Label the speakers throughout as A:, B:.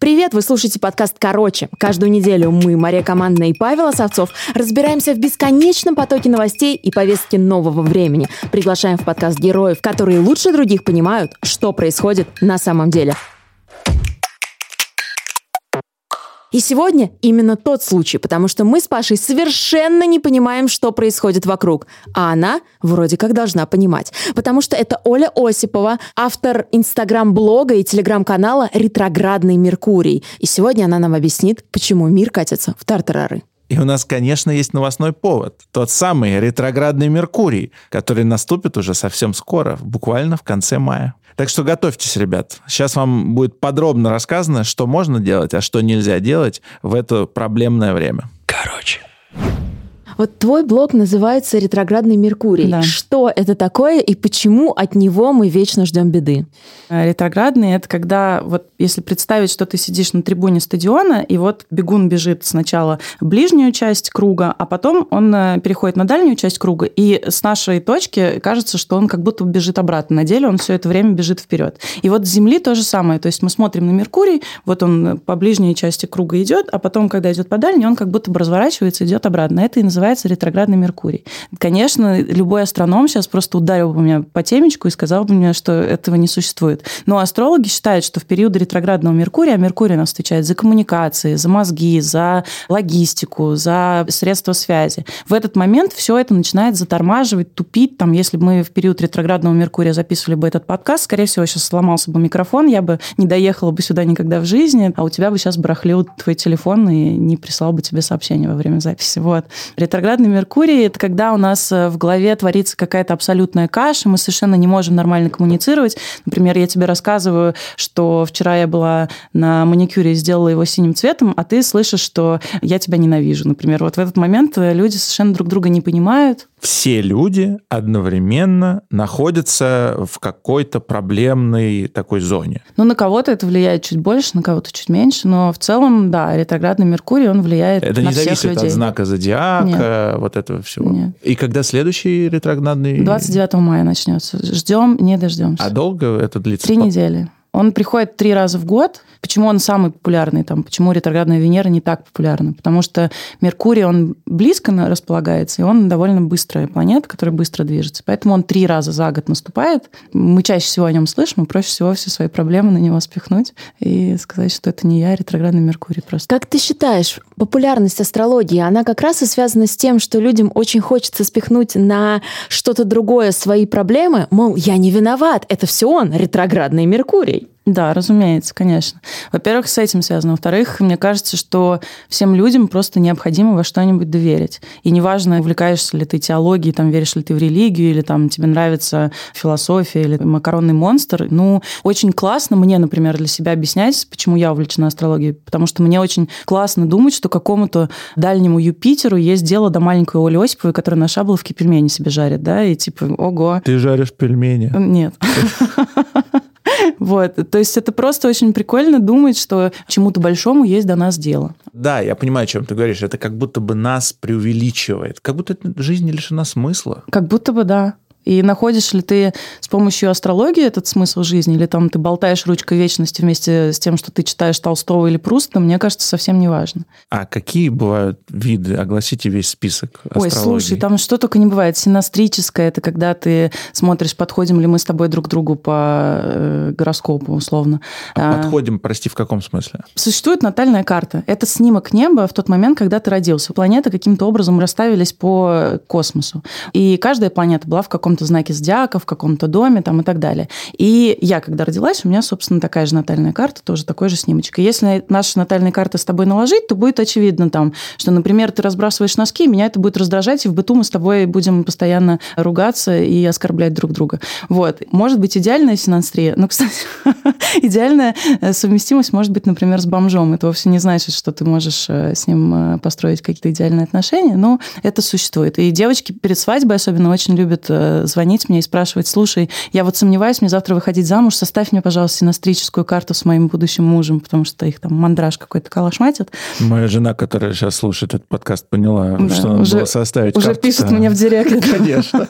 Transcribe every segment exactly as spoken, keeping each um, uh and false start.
A: Привет, вы слушаете подкаст «Короче». Каждую неделю мы, Мария Командная и Павел Осовцов, разбираемся в бесконечном потоке новостей и повестки нового времени. Приглашаем в подкаст героев, которые лучше других понимают, что происходит на самом деле. И сегодня именно тот случай, потому что мы с Пашей совершенно не понимаем, что происходит вокруг, а она вроде как должна понимать. Потому что это Оля Осипова, автор инстаграм-блога и телеграм-канала «Ретроградный Меркурий». И сегодня она нам объяснит, почему мир катится в тартарары.
B: И у нас, конечно, есть новостной повод. Тот самый ретроградный Меркурий, который наступит уже совсем скоро, буквально в конце мая. Так что готовьтесь, ребят. Сейчас вам будет подробно рассказано, что можно делать, а что нельзя делать в это проблемное время. Короче.
A: Вот твой блог называется «Ретроградный Меркурий». Да. Что это такое и почему от него мы вечно ждем беды?
C: Ретроградный – это когда, вот если представить, что ты сидишь на трибуне стадиона, и вот бегун бежит сначала в ближнюю часть круга, а потом он переходит на дальнюю часть круга, и с нашей точки кажется, что он как будто бежит обратно. На деле он все это время бежит вперед. И вот с Земли то же самое. То есть мы смотрим на Меркурий, вот он по ближней части круга идет, а потом, когда идет по дальней, он как будто бы разворачивается и идет обратно. Это и называется ретроградный Меркурий. Конечно, любой астроном сейчас просто ударил бы меня по темечку и сказал бы мне, что этого не существует. Но астрологи считают, что в период ретроградного Меркурия, а Меркурий у нас отвечает за коммуникации, за мозги, за логистику, за средства связи. В этот момент все это начинает затормаживать, тупить. Там, если бы мы в период ретроградного Меркурия записывали бы этот подкаст, скорее всего, сейчас сломался бы микрофон, я бы не доехала бы сюда никогда в жизни, а у тебя бы сейчас барахлил твой телефон и не прислал бы тебе сообщение во время записи. Вот. Ретроградный Меркурий – это когда у нас в голове творится какая-то абсолютная каша, мы совершенно не можем нормально коммуницировать. Например, я тебе рассказываю, что вчера я была на маникюре и сделала его синим цветом, а ты слышишь, что я тебя ненавижу. Например, вот в этот момент люди совершенно друг друга не понимают.
B: Все люди одновременно находятся в какой-то проблемной такой зоне.
C: Ну, на кого-то это влияет чуть больше, на кого-то чуть меньше, но в целом, да, ретроградный Меркурий, он влияет
B: это
C: на всех людей.
B: Это не зависит от знака зодиака, Нет. вот этого всего?
C: Нет.
B: И когда следующий ретроградный?
C: двадцать девятого мая начнется. Ждем, не дождемся.
B: А долго это длится?
C: Три недели. Он приходит три раза в год. Почему он самый популярный? Там, почему ретроградная Венера не так популярна? Потому что Меркурий, он близко располагается, и он довольно быстрая планета, которая быстро движется. Поэтому он три раза за год наступает. Мы чаще всего о нем слышим, и проще всего все свои проблемы на него спихнуть и сказать, что это не я, а ретроградный Меркурий просто.
A: Как ты считаешь, популярность астрологии, она как раз и связана с тем, что людям очень хочется спихнуть на что-то другое свои проблемы? Мол, я не виноват, это все он, ретроградный Меркурий.
C: Да, разумеется, конечно. Во-первых, с этим связано. Во-вторых, мне кажется, что всем людям просто необходимо во что-нибудь доверить. И неважно, увлекаешься ли ты теологией, там, веришь ли ты в религию, или там, тебе нравится философия, или макаронный монстр. Ну, очень классно мне, например, для себя объяснять, почему я увлечена астрологией. Потому что мне очень классно думать, что какому-то дальнему Юпитеру есть дело до маленькой Оли Осиповой, которая на Шабловке пельмени себе жарит, да, и типа, ого.
B: Ты жаришь пельмени?
C: Нет. Вот, то есть это просто очень прикольно думать, что чему-то большому есть до нас дело.
B: Да, я понимаю, о чем ты говоришь. Это как будто бы нас преувеличивает. Как будто жизнь не лишена смысла.
C: Как будто бы, да. И находишь ли ты с помощью астрологии этот смысл жизни, или там ты болтаешь ручкой вечности вместе с тем, что ты читаешь Толстого или Пруста, мне кажется, совсем не важно.
B: А какие бывают виды? Огласите весь список астрологии.
C: Ой, слушай, там что только не бывает. Синастрическое – это когда ты смотришь, подходим ли мы с тобой друг к другу по э, гороскопу, условно.
B: Подходим, прости, в каком смысле?
C: Существует натальная карта. Это снимок неба в тот момент, когда ты родился. Планеты каким-то образом расставились по космосу. И каждая планета была в каком-то знаке зодиака, в каком-то доме там, и так далее. И я, когда родилась, у меня, собственно, такая же натальная карта, тоже такой же снимочек. И если наши натальные карты с тобой наложить, то будет очевидно там, что, например, ты разбрасываешь носки, и меня это будет раздражать, и в быту мы с тобой будем постоянно ругаться и оскорблять друг друга. Вот. Может быть, идеальная синастрия. Ну, кстати, идеальная совместимость может быть, например, с бомжом. Это вовсе не значит, что ты можешь с ним построить какие-то идеальные отношения, но это существует. И девочки перед свадьбой особенно очень любят звонить мне и спрашивать: слушай, я вот сомневаюсь, мне завтра выходить замуж, составь мне, пожалуйста, синастрическую карту с моим будущим мужем, потому что их там мандраж какой-то калашматит.
B: Моя жена, которая сейчас слушает этот подкаст, поняла, да, что надо
C: уже,
B: было составить
C: уже
B: карту.
C: Уже пишет мне в директ.
B: Конечно.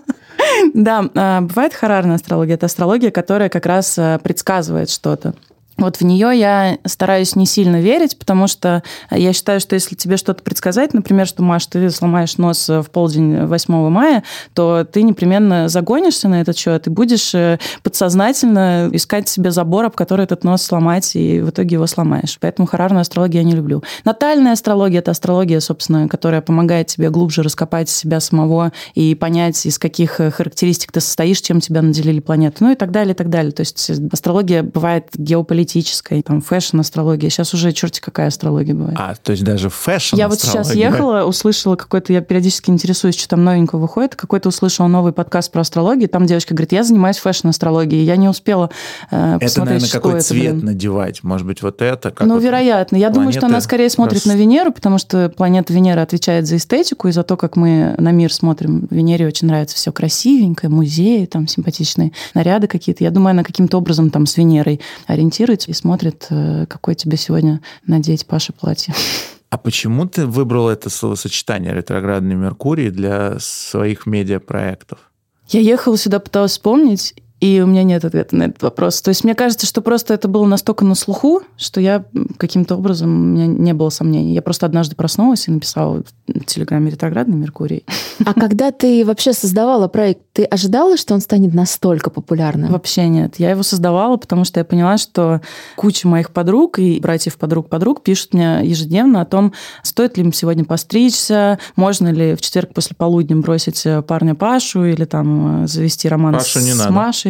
C: Да, бывает хорарная астрология. Это астрология, которая как раз предсказывает что-то. Вот в нее я стараюсь не сильно верить, потому что я считаю, что если тебе что-то предсказать, например, что, Маш, ты сломаешь нос в полдень восьмого мая, то ты непременно загонишься на этот счет и будешь подсознательно искать себе забор, об который этот нос сломать, и в итоге его сломаешь. Поэтому хорарную астрологию я не люблю. Натальная астрология – это астрология, собственно, которая помогает тебе глубже раскопать себя самого и понять, из каких характеристик ты состоишь, чем тебя наделили планеты, ну и так далее, и так далее. То есть астрология бывает геополитической, там, фэшн-астрология. Сейчас уже черти какая астрология бывает.
B: А, то есть даже фэшн-астрология.
C: Я вот сейчас ехала, услышала какой-то, я периодически интересуюсь, что там новенького выходит, какой-то услышала новый подкаст про астрологию, там девочка говорит, я занимаюсь фэшн-астрологией, я не успела э, посмотреть,
B: это, наверное,
C: что
B: какой
C: это,
B: цвет
C: блин.
B: надевать? Может быть, вот это? Как
C: ну,
B: вот
C: вероятно. Я думаю, что она скорее смотрит
B: рас...
C: на Венеру, потому что планета Венера отвечает за эстетику и за то, как мы на мир смотрим. Венере очень нравится все красивенькое, музеи, там симпатичные наряды какие-то. Я думаю, она каким-то образом там с Венерой ориентируется и смотрит, какое тебе сегодня надеть, Паша, платье.
B: А почему ты выбрала это словосочетание «ретроградный Меркурий» для своих медиапроектов?
C: Я ехала сюда, пыталась вспомнить, и у меня нет ответа на этот вопрос. То есть мне кажется, что просто это было настолько на слуху, что я каким-то образом, у меня не было сомнений. Я просто однажды проснулась и написала в Телеграме «Ретроградный Меркурий».
A: А когда ты вообще создавала проект, ты ожидала, что он станет настолько популярным?
C: Вообще нет. Я его создавала, потому что я поняла, что куча моих подруг и братьев подруг-подруг пишут мне ежедневно о том, стоит ли им сегодня постричься, можно ли в четверг после полудня бросить парня Пашу или там завести роман
B: Пашу не
C: с
B: надо.
C: Машей.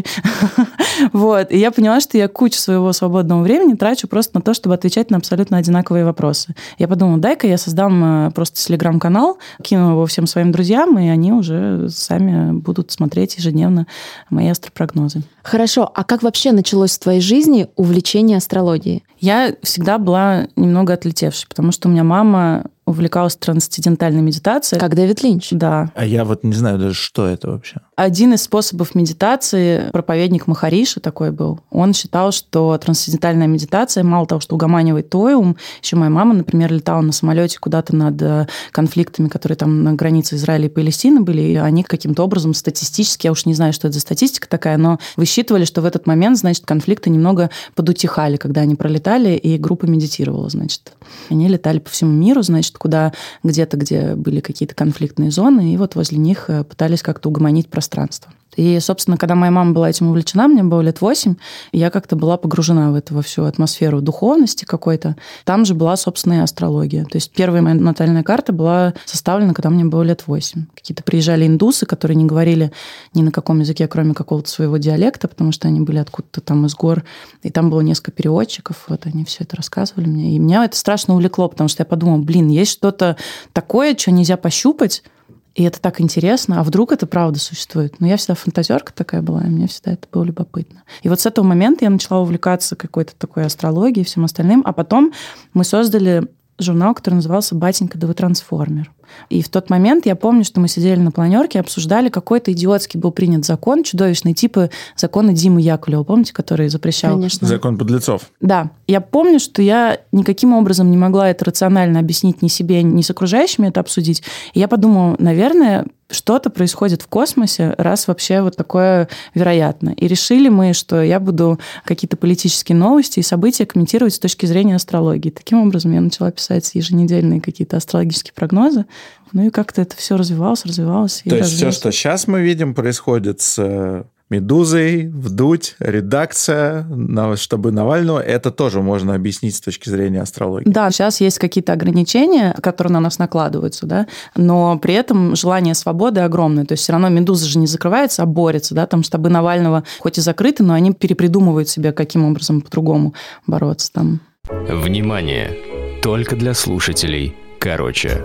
C: Вот. И я поняла, что я кучу своего свободного времени трачу просто на то, чтобы отвечать на абсолютно одинаковые вопросы. Я подумала, дай-ка я создам просто телеграм-канал, кину его всем своим друзьям, и они уже сами будут смотреть ежедневно мои астропрогнозы.
A: Хорошо. А как вообще началось в твоей жизни увлечение астрологией?
C: Я всегда была немного отлетевшей, потому что у меня мама увлекалась трансцендентальной медитацией.
A: Как Дэвид Линч.
C: Да.
B: А я вот не знаю даже, что это вообще.
C: Один из способов медитации, проповедник Махариши такой был, он считал, что трансцендентальная медитация, мало того, что угоманивает твой ум, еще моя мама, например, летала на самолете куда-то над конфликтами, которые там на границе Израиля и Палестины были, и они каким-то образом статистически, я уж не знаю, что это за статистика такая, но высчитывали, что в этот момент, значит, конфликты немного подутихали, когда они пролетали, и группа медитировала, значит. Они летали по всему миру, значит, куда где-то, где были какие-то конфликтные зоны, и вот возле них пытались как-то угомонить пространство. И, собственно, когда моя мама была этим увлечена, мне было лет восемь, я как-то была погружена в эту во всю атмосферу духовности какой-то. Там же была, собственно, и астрология. То есть первая моя натальная карта была составлена, когда мне было лет восемь. Какие-то приезжали индусы, которые не говорили ни на каком языке, кроме какого-то своего диалекта, потому что они были откуда-то там из гор. И там было несколько переводчиков. Вот они все это рассказывали мне. И меня это страшно увлекло, потому что я подумала, блин, есть что-то такое, что нельзя пощупать, и это так интересно, а вдруг это правда существует? Но я всегда фантазерка такая была, и мне всегда это было любопытно. И вот с этого момента я начала увлекаться какой-то такой астрологией и всем остальным, а потом мы создали журнал, который назывался «Батенька, да вы трансформер». И в тот момент я помню, что мы сидели на планерке, обсуждали, какой-то идиотский был принят закон, чудовищный, типа закона Димы Яковлева, помните, который запрещал?
A: Конечно.
B: Закон подлецов.
C: Да. Я помню, что я никаким образом не могла это рационально объяснить ни себе, ни с окружающими это обсудить. И я подумала, наверное, что-то происходит в космосе, раз вообще вот такое вероятно. И решили мы, что я буду какие-то политические новости и события комментировать с точки зрения астрологии. Таким образом я начала писать еженедельные какие-то астрологические прогнозы. Ну и как-то это все развивалось, развивалось.
B: То есть все, что сейчас мы видим, происходит с «Медузой», «Вдудь», редакция, чтобы Навального, это тоже можно объяснить с точки зрения астрологии.
C: Да, сейчас есть какие-то ограничения, которые на нас накладываются, да, но при этом желание свободы огромное. То есть все равно «Медуза» же не закрывается, а борется, да, там штабы Навального хоть и закрыты, но они перепридумывают себе, каким образом по-другому бороться там.
D: Внимание! Только для слушателей. Короче.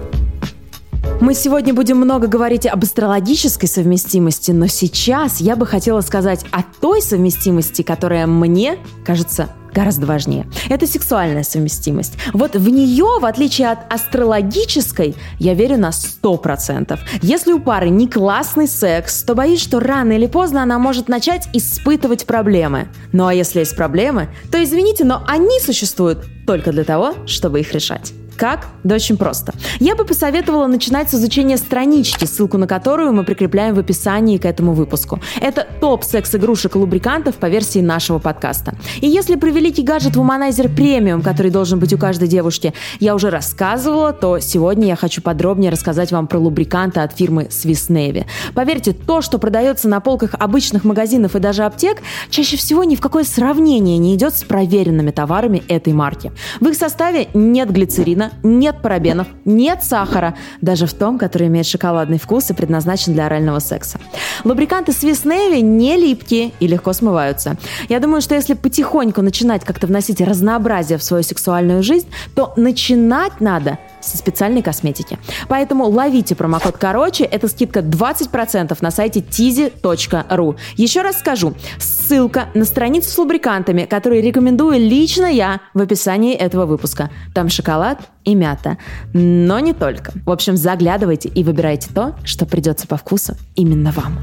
A: Мы сегодня будем много говорить об астрологической совместимости, но сейчас я бы хотела сказать о той совместимости, которая мне кажется гораздо важнее. Это сексуальная совместимость. Вот в нее, в отличие от астрологической, я верю на сто процентов. Если у пары не классный секс, то боюсь, что рано или поздно она может начать испытывать проблемы. Ну а если есть проблемы, то извините, но они существуют только для того, чтобы их решать. Как? Да очень просто. Я бы посоветовала начинать с изучения странички, ссылку на которую мы прикрепляем в описании к этому выпуску. Это топ секс-игрушек и лубрикантов по версии нашего подкаста. И если про великий гаджет Womanizer премиум, который должен быть у каждой девушки, я уже рассказывала, то сегодня я хочу подробнее рассказать вам про лубриканты от фирмы Swiss Navy. Поверьте, то, что продается на полках обычных магазинов и даже аптек, чаще всего ни в какое сравнение не идет с проверенными товарами этой марки. В их составе нет глицерина, нет парабенов, нет сахара, даже в том, который имеет шоколадный вкус и предназначен для орального секса. Лубриканты Swiss Navy не липкие и легко смываются. Я думаю, что если потихоньку начинать как-то вносить разнообразие в свою сексуальную жизнь, то начинать надо со специальной косметики. Поэтому ловите промокод «Короче». Это скидка двадцать процентов на сайте тизи точка ру. Еще раз скажу. Ссылка на страницу с лубрикантами, которые рекомендую лично я, в описании этого выпуска. Там шоколад и мята. Но не только. В общем, заглядывайте и выбирайте то, что придется по вкусу именно вам.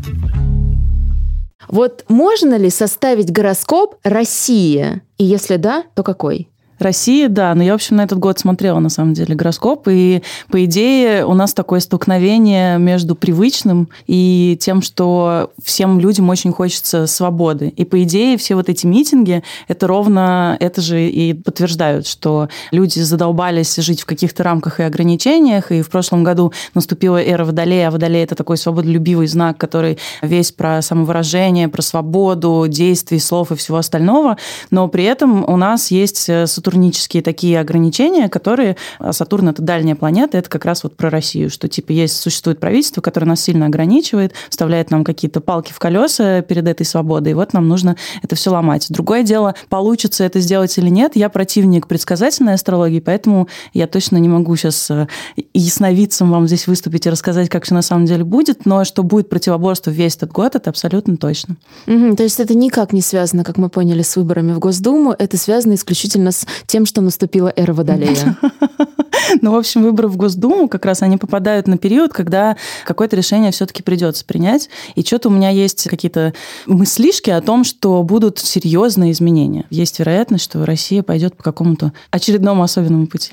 A: Вот можно ли составить гороскоп России? И если да, то какой?
C: Россия, да, но я, в общем, на этот год смотрела, на самом деле, гороскоп, и, по идее, у нас такое столкновение между привычным и тем, что всем людям очень хочется свободы. И, по идее, все вот эти митинги, это ровно это же и подтверждают, что люди задолбались жить в каких-то рамках и ограничениях, и в прошлом году наступила эра Водолея, а Водолей – это такой свободолюбивый знак, который весь про самовыражение, про свободу, действий, слов и всего остального, но при этом у нас есть сатурнические такие ограничения, которые... Сатурн — это дальняя планета, это как раз вот про Россию, что типа есть, существует правительство, которое нас сильно ограничивает, вставляет нам какие-то палки в колеса перед этой свободой, и вот нам нужно это все ломать. Другое дело, получится это сделать или нет. Я противник предсказательной астрологии, поэтому я точно не могу сейчас ясновидцем вам здесь выступить и рассказать, как все на самом деле будет, но что будет противоборство весь этот год, это абсолютно точно.
A: Угу, то есть это никак не связано, как мы поняли, с выборами в Госдуму, это связано исключительно с тем, что наступила эра Водолея.
C: Ну, в общем, выборы в Госдуму как раз они попадают на период, когда какое-то решение все-таки придется принять. И что-то у меня есть какие-то мыслишки о том, что будут серьезные изменения. Есть вероятность, что Россия пойдет по какому-то очередному особенному пути.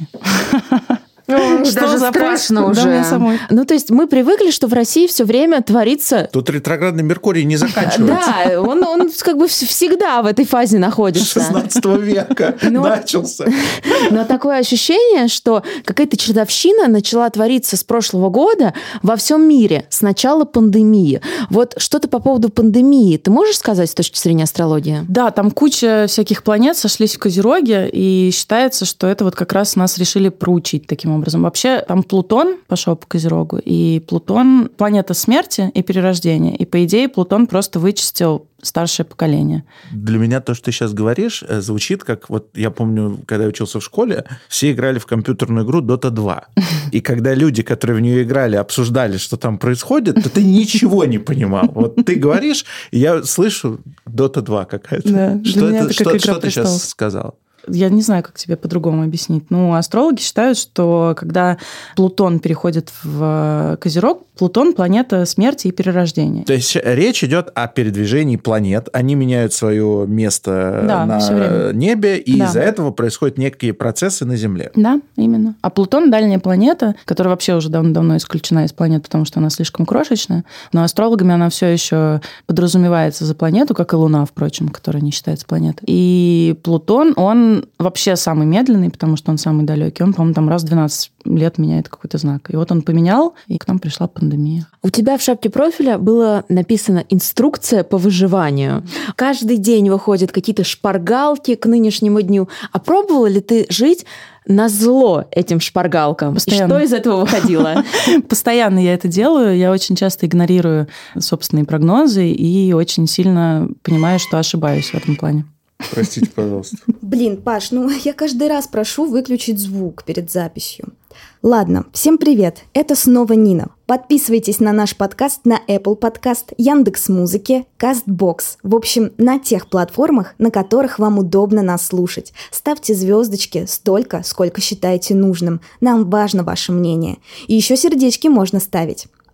A: О, что даже за страшно уже. Да, самой. Ну, то есть мы привыкли, что в России все время творится...
B: Тут ретроградный Меркурий не заканчивается.
A: Да, он, он как бы всегда в этой фазе находится.
B: шестнадцатого века но, начался.
A: Но такое ощущение, что какая-то чертовщина начала твориться с прошлого года во всем мире, с начала пандемии. Вот что-то по поводу пандемии ты можешь сказать с точки зрения астрологии?
C: Да, там куча всяких планет сошлись в Козероге, и считается, что это вот как раз нас решили проучить таким образом. Вообще, там Плутон пошел по Козерогу, и Плутон – планета смерти и перерождения. И, по идее, Плутон просто вычистил старшее поколение.
B: Для меня то, что ты сейчас говоришь, звучит как... Вот я помню, когда я учился в школе, все играли в компьютерную игру Дота два. И когда люди, которые в нее играли, обсуждали, что там происходит, то ты ничего не понимал. Вот ты говоришь, и я слышу Дота два какая-то.
C: Да,
B: что это,
C: это
B: что, что ты сейчас сказал?
C: Я не знаю, как тебе по-другому объяснить. Ну, астрологи считают, что когда Плутон переходит в Козерог, Плутон – планета смерти и перерождения.
B: То есть речь идет о передвижении планет. Они меняют свое место
C: да,
B: на небе, и
C: да.
B: из-за этого происходят некие процессы на Земле.
C: Да, именно. А Плутон – дальняя планета, которая вообще уже давно-давно исключена из планет, потому что она слишком крошечная. Но астрологами она все еще подразумевается за планету, как и Луна, впрочем, которая не считается планетой. И Плутон, он вообще самый медленный, потому что он самый далекий. Он, по-моему, там раз в двенадцать лет меняет какой-то знак. И вот он поменял, и к нам пришла пандемия.
A: У тебя в шапке профиля было написано «Инструкция по выживанию». Каждый день выходят какие-то шпаргалки к нынешнему дню. А пробовала ли ты жить назло этим шпаргалкам?
C: Постоянно.
A: И что из этого выходило?
C: Постоянно я это делаю. Я очень часто игнорирую собственные прогнозы и очень сильно понимаю, что ошибаюсь в этом плане.
B: Простите, пожалуйста.
E: Блин, Паш, ну я каждый раз прошу выключить звук перед записью. Ладно, всем привет, это снова Нина. Подписывайтесь на наш подкаст на Apple Podcast, Яндекс.Музыке, Castbox. В общем, на тех платформах, на которых вам удобно нас слушать. Ставьте звездочки столько, сколько считаете нужным. Нам важно ваше мнение. И еще сердечки можно ставить.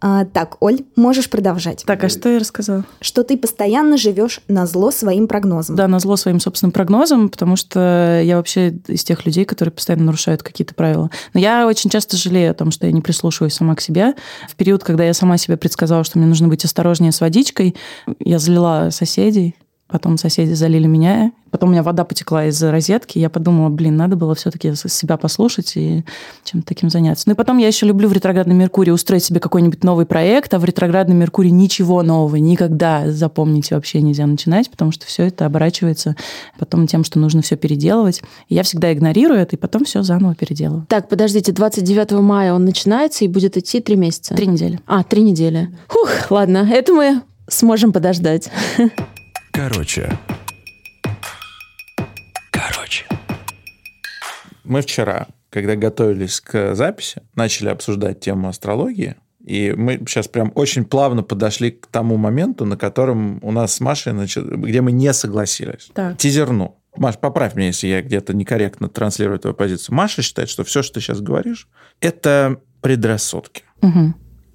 E: А, так, Оль, можешь продолжать.
C: Так, а что я рассказала?
E: Что ты постоянно живешь назло своим прогнозам.
C: Да, назло своим собственным прогнозам, потому что я вообще из тех людей, которые постоянно нарушают какие-то правила. Но я очень часто жалею о том, что я не прислушиваюсь сама к себе. В период, когда я сама себе предсказала, что мне нужно быть осторожнее с водичкой, я залила соседей. Потом соседи залили меня. Потом у меня вода потекла из розетки. Я подумала, блин, надо было все-таки себя послушать и чем-то таким заняться. Ну и потом я еще люблю в ретроградном Меркурии устроить себе какой-нибудь новый проект, а в ретроградном Меркурии ничего нового никогда, запомните, вообще нельзя начинать, потому что все это оборачивается потом тем, что нужно все переделывать. И я всегда игнорирую это, и потом все заново переделываю.
A: Так, подождите, двадцать девятого мая он начинается и будет идти три месяца?
C: Три недели.
A: А, три недели. Фух, ладно, это мы сможем подождать.
D: Короче. Короче.
B: Мы вчера, когда готовились к записи, начали обсуждать тему астрологии, и мы сейчас прям очень плавно подошли к тому моменту, на котором у нас с Машей, значит, где мы не согласились.
C: Так.
B: Тизерну. Маш, поправь меня, если я где-то некорректно транслирую твою позицию. Маша считает, что все, что ты сейчас говоришь, это предрассудки.
C: Угу.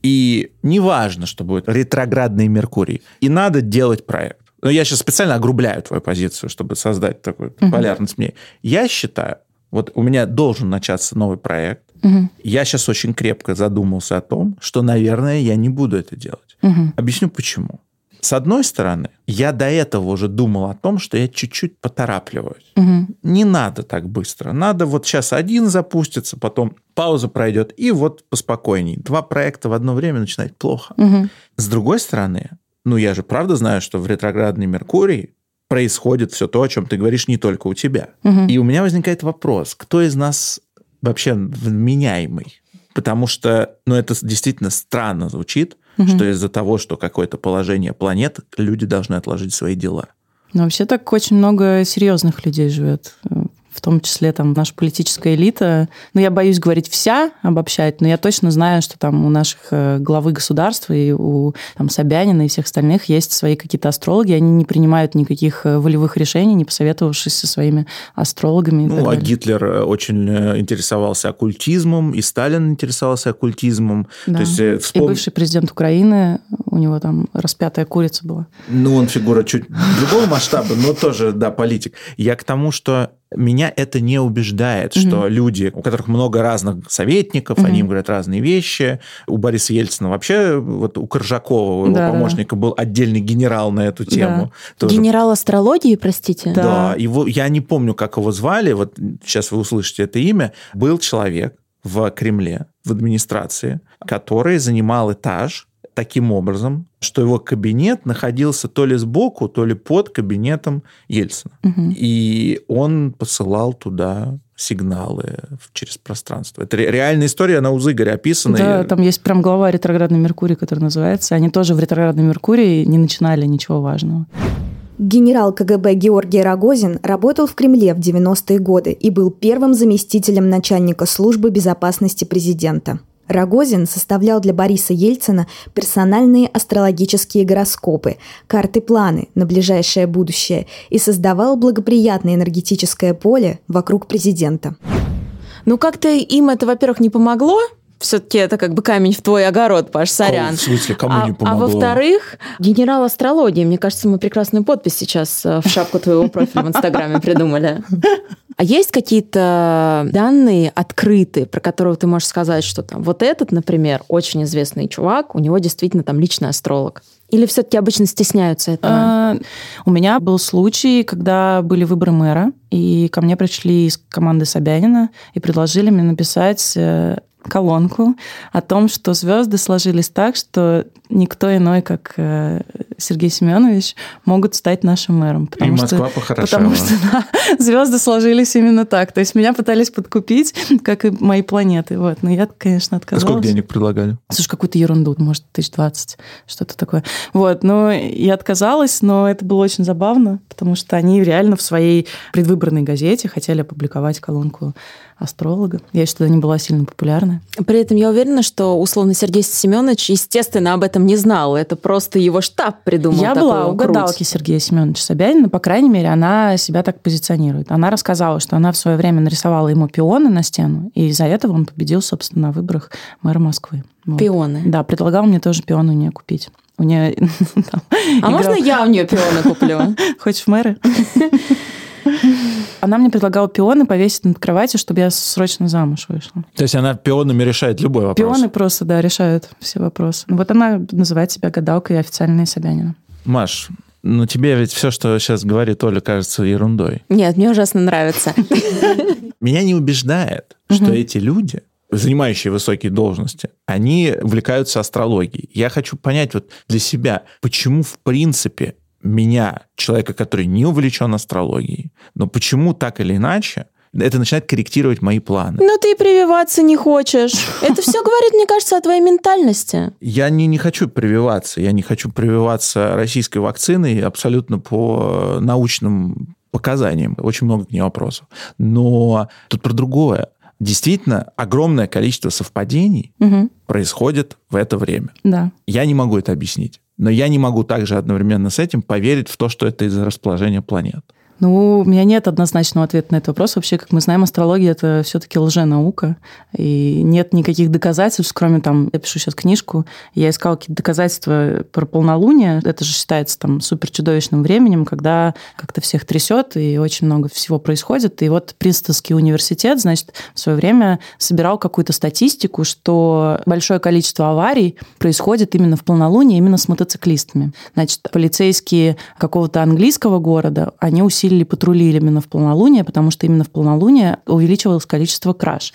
B: И неважно, что будет ретроградный Меркурий. И надо делать проект. Но я сейчас специально огрубляю твою позицию, чтобы создать такую uh-huh. полярность мне. Я считаю, вот у меня должен начаться новый проект. Uh-huh. Я сейчас очень крепко задумался о том, что, наверное, я не буду это делать. Uh-huh. Объясню, почему. С одной стороны, я до этого уже думал о том, что я чуть-чуть поторапливаюсь. Uh-huh. Не надо так быстро. Надо вот сейчас один запустится, потом пауза пройдет, и вот поспокойней. Два проекта в одно время начинать плохо. Uh-huh. С другой стороны, ну, я же правда знаю, что в ретроградный Меркурий происходит все то, о чем ты говоришь, не только у тебя. Угу. И у меня возникает вопрос, кто из нас вообще вменяемый? Потому что, ну, это действительно странно звучит, угу. что из-за того, что какое-то положение планет, люди должны отложить свои дела.
C: Но вообще так очень много серьезных людей живет. В том числе там наша политическая элита. Ну, я боюсь говорить вся, обобщать, но я точно знаю, что там у наших главы государства и у там, Собянина и всех остальных есть свои какие-то астрологи, они не принимают никаких волевых решений, не посоветовавшись со своими астрологами.
B: Ну, а Гитлер очень интересовался оккультизмом, и Сталин интересовался оккультизмом.
C: Да.
B: То есть, вспом...
C: И бывший президент Украины, у него там распятая курица была.
B: Ну, он фигура чуть другого масштаба, но тоже, да, политик. Я к тому, что меня это не убеждает, mm-hmm. что люди, у которых много разных советников, mm-hmm. они им говорят разные вещи. У Бориса Ельцина вообще, вот у Коржакова, у его да, помощника, да. был отдельный генерал на эту тему.
A: Да. Генерал астрологии, простите?
B: Да, да. Его, я не помню, как его звали, вот сейчас вы услышите это имя. Был человек в Кремле, в администрации, который занимал этаж таким образом, что его кабинет находился то ли сбоку, то ли под кабинетом Ельцина. Угу. И он посылал туда сигналы через пространство. Это реальная история, она у Зыгоря описана.
C: Да,
B: и...
C: там есть прям глава «Ретроградный Меркурий», который называется. Они тоже в «Ретроградном Меркурии» не начинали ничего важного.
E: Генерал ка гэ бэ Георгий Рогозин работал в Кремле в девяностые годы и был первым заместителем начальника службы безопасности президента. Рогозин составлял для Бориса Ельцина персональные астрологические гороскопы, карты-планы на ближайшее будущее и создавал благоприятное энергетическое поле вокруг президента.
A: Ну, как-то им это, во-первых, не помогло. Все-таки это как бы камень в твой огород, Паш, сорян.
B: В смысле, кому
A: а,
B: не помогло?
A: А во-вторых, генерал астрологии. Мне кажется, мы прекрасную подпись сейчас в шапку твоего профиля в Инстаграме придумали. А есть какие-то данные открытые, про которые ты можешь сказать, что там вот этот, например, очень известный чувак, у него действительно там личный астролог? Или все-таки обычно стесняются этого? А,
C: у меня был случай, когда были выборы мэра, и ко мне пришли из команды Собянина и предложили мне написать колонку о том, что звезды сложились так, что никто иной, как Сергей Семенович, могут стать нашим мэром.
B: И Москва похорошела.
C: Потому что да, звезды сложились именно так. То есть меня пытались подкупить, как и мои планеты. Вот. Но я, конечно, отказалась.
B: А сколько денег предлагали?
C: Слушай, какую-то ерунду, может, тысяч двадцать, что-то такое. Вот. Но я отказалась, но это было очень забавно, потому что они реально в своей предвыборной газете хотели опубликовать колонку астролога. Я еще тогда не была сильно популярна.
A: При этом я уверена, что условно Сергей Семенович, естественно, об этом не знал. Это просто его штаб придумал.
C: Я была у гадалки Сергея Семеновича Собянина. По крайней мере, она себя так позиционирует. Она рассказала, что она в свое время нарисовала ему пионы на стену, и из-за этого он победил, собственно, на выборах мэра Москвы. Вот.
A: Пионы.
C: Да, предлагал мне тоже пион у нее купить. У нее там,
A: а играл... можно я у нее пионы куплю?
C: Хочешь в мэры? Она мне предлагала пионы повесить над кроватью, чтобы я срочно замуж вышла.
B: То есть она пионами решает любой вопрос?
C: Пионы просто, да, решают все вопросы. Вот она называет себя гадалкой официальной Собянина.
B: Маш, ну тебе ведь все, что сейчас говорит Оля, кажется ерундой.
A: Нет, мне ужасно нравится.
B: Меня не убеждает, что эти люди, занимающие высокие должности, они увлекаются астрологией. Я хочу понять вот для себя, почему в принципе меня, человека, который не увлечен астрологией, но почему так или иначе это начинает корректировать мои планы.
A: Но ты прививаться не хочешь. Это все говорит, мне кажется, о твоей ментальности.
B: Я не, не хочу прививаться. Я не хочу прививаться российской вакциной абсолютно по научным показаниям. Очень много к ней вопросов. Но тут про другое. Действительно, огромное количество совпадений угу. происходит в это время.
C: Да.
B: Я не могу это объяснить. Но я не могу также одновременно с этим поверить в то, что это из-за расположения планет.
C: Ну, у меня нет однозначного ответа на этот вопрос. Вообще, как мы знаем, астрология – это все-таки лженаука. И нет никаких доказательств, кроме там, я пишу сейчас книжку, я искала какие-то доказательства про полнолуние. Это же считается там суперчудовищным временем, когда как-то всех трясет, и очень много всего происходит. И вот Принстонский университет, значит, в свое время собирал какую-то статистику, что большое количество аварий происходит именно в полнолуние, именно с мотоциклистами. Значит, полицейские какого-то английского города, они усилили или патрулили именно в полнолуние, потому что именно в полнолуние увеличивалось количество краж.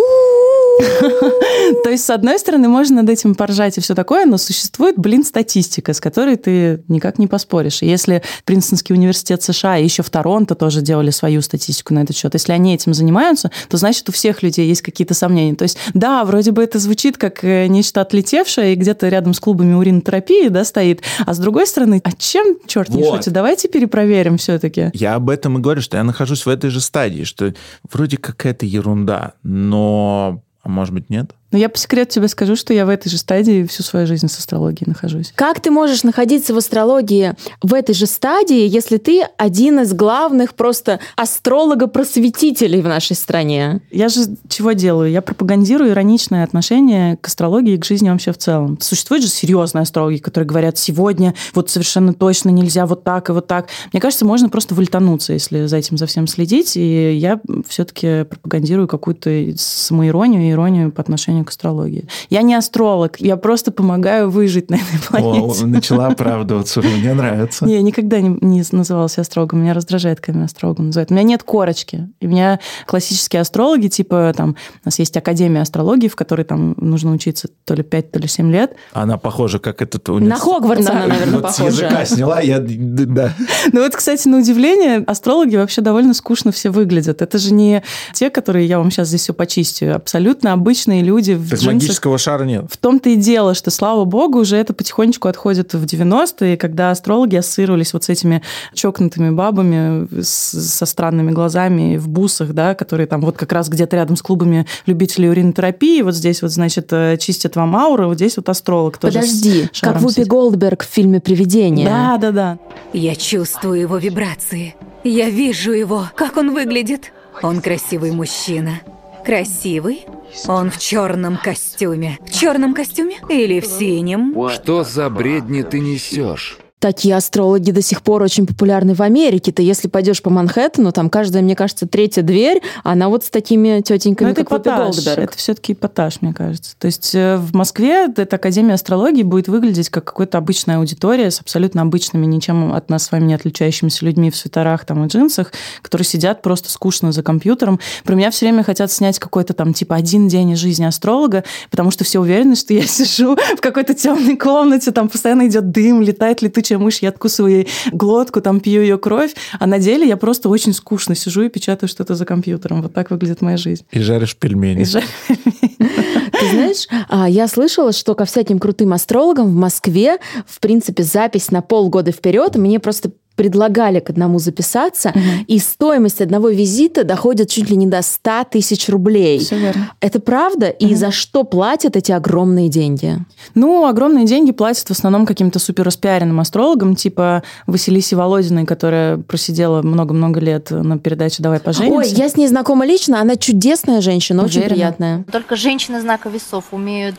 C: То есть, с одной стороны, можно над этим поржать и все такое, но существует, блин, статистика, с которой ты никак не поспоришь. И если Принстонский университет США и еще в Торонто тоже делали свою статистику на этот счет, если они этим занимаются, то значит, у всех людей есть какие-то сомнения. То есть, да, вроде бы это звучит как нечто отлетевшее и где-то рядом с клубами уринотерапии, да, стоит. А с другой стороны, а чем черт не
B: вот.
C: шутит? Давайте перепроверим все-таки.
B: Я об этом и говорю, что я нахожусь в этой же стадии, что вроде какая-то ерунда, но... А может быть, нет?
C: Но я по секрету тебе скажу, что я в этой же стадии всю свою жизнь с астрологией нахожусь.
A: Как ты можешь находиться в астрологии в этой же стадии, если ты один из главных просто астролого-просветителей в нашей стране?
C: Я же чего делаю? Я пропагандирую ироничное отношение к астрологии и к жизни вообще в целом. Существуют же серьезные астрологи, которые говорят, сегодня вот совершенно точно нельзя вот так и вот так. Мне кажется, можно просто выльтануться, если за этим совсем следить. И я все-таки пропагандирую какую-то самоиронию и иронию по отношению к астрологии. Я не астролог, я просто помогаю выжить на этой планете.
B: О, начала оправдываться, мне нравится.
C: Не, я никогда не, не называлась астрологом, меня раздражает, когда меня астрологом называют. У меня нет корочки. И у меня классические астрологи, типа там, у нас есть Академия астрологии, в которой там нужно учиться то ли пять, то ли семь лет.
B: Она похожа, как этот...
A: На Хогвартс она, наверное,
B: вот
A: похожа.
B: С языка сняла, я... Да.
C: Ну вот, кстати, на удивление, астрологи вообще довольно скучно все выглядят. Это же не те, которые я вам сейчас здесь все почистю. Абсолютно обычные люди в
B: То есть
C: джинсах.
B: магического шара нет?
C: В том-то и дело, что, слава богу, уже это потихонечку отходит в девяностые, когда астрологи ассоциировались вот с этими чокнутыми бабами с, со странными глазами в бусах, да, которые там вот как раз где-то рядом с клубами любителей уринотерапии, вот здесь вот, значит, чистят вам ауру, вот здесь вот астролог тоже.
A: Подожди, как Вупи Голдберг в фильме «Привидение».
C: Да, да, да.
F: Я чувствую его вибрации. Я вижу его, как он выглядит. Он красивый мужчина. Красивый? Он в черном костюме. В черном костюме или в синем?
D: Что за бредни ты несешь?
A: Такие астрологи до сих пор очень популярны в Америке. Ты если пойдешь по Манхэттену, там каждая, мне кажется, третья дверь, она вот с такими тетеньками,
C: это
A: как Вупи Голдберг.
C: Это все-таки эпатаж, мне кажется. То есть в Москве эта Академия астрологии будет выглядеть как какая-то обычная аудитория с абсолютно обычными, ничем от нас с вами не отличающимися людьми в свитерах там, и джинсах, которые сидят просто скучно за компьютером. Про меня все время хотят снять какой-то там типа один день из жизни астролога, потому что все уверены, что я сижу в какой-то темной комнате, там постоянно идет дым, летает летучая мышь, я откусываю ей глотку, там пью ее кровь, а на деле я просто очень скучно сижу и печатаю что-то за компьютером. Вот так выглядит моя жизнь.
B: И жаришь пельмени.
C: И жаришь пельмени.
A: Ты знаешь, я слышала, что ко всяким крутым астрологам в Москве, в принципе, запись на полгода вперед, мне просто предлагали к одному записаться, угу. и стоимость одного визита доходит чуть ли не до ста тысяч рублей.
C: Все верно.
A: Это правда? Угу. И за что платят эти огромные деньги?
C: Ну, огромные деньги платят в основном каким-то супер распиаренным астрологам, типа Василисе Володиной, которая просидела много-много лет на передаче «Давай поженимся».
A: Ой, я с ней знакома лично, она чудесная женщина,
C: Уверена.
A: Очень приятная.
G: Только женщины знака весов умеют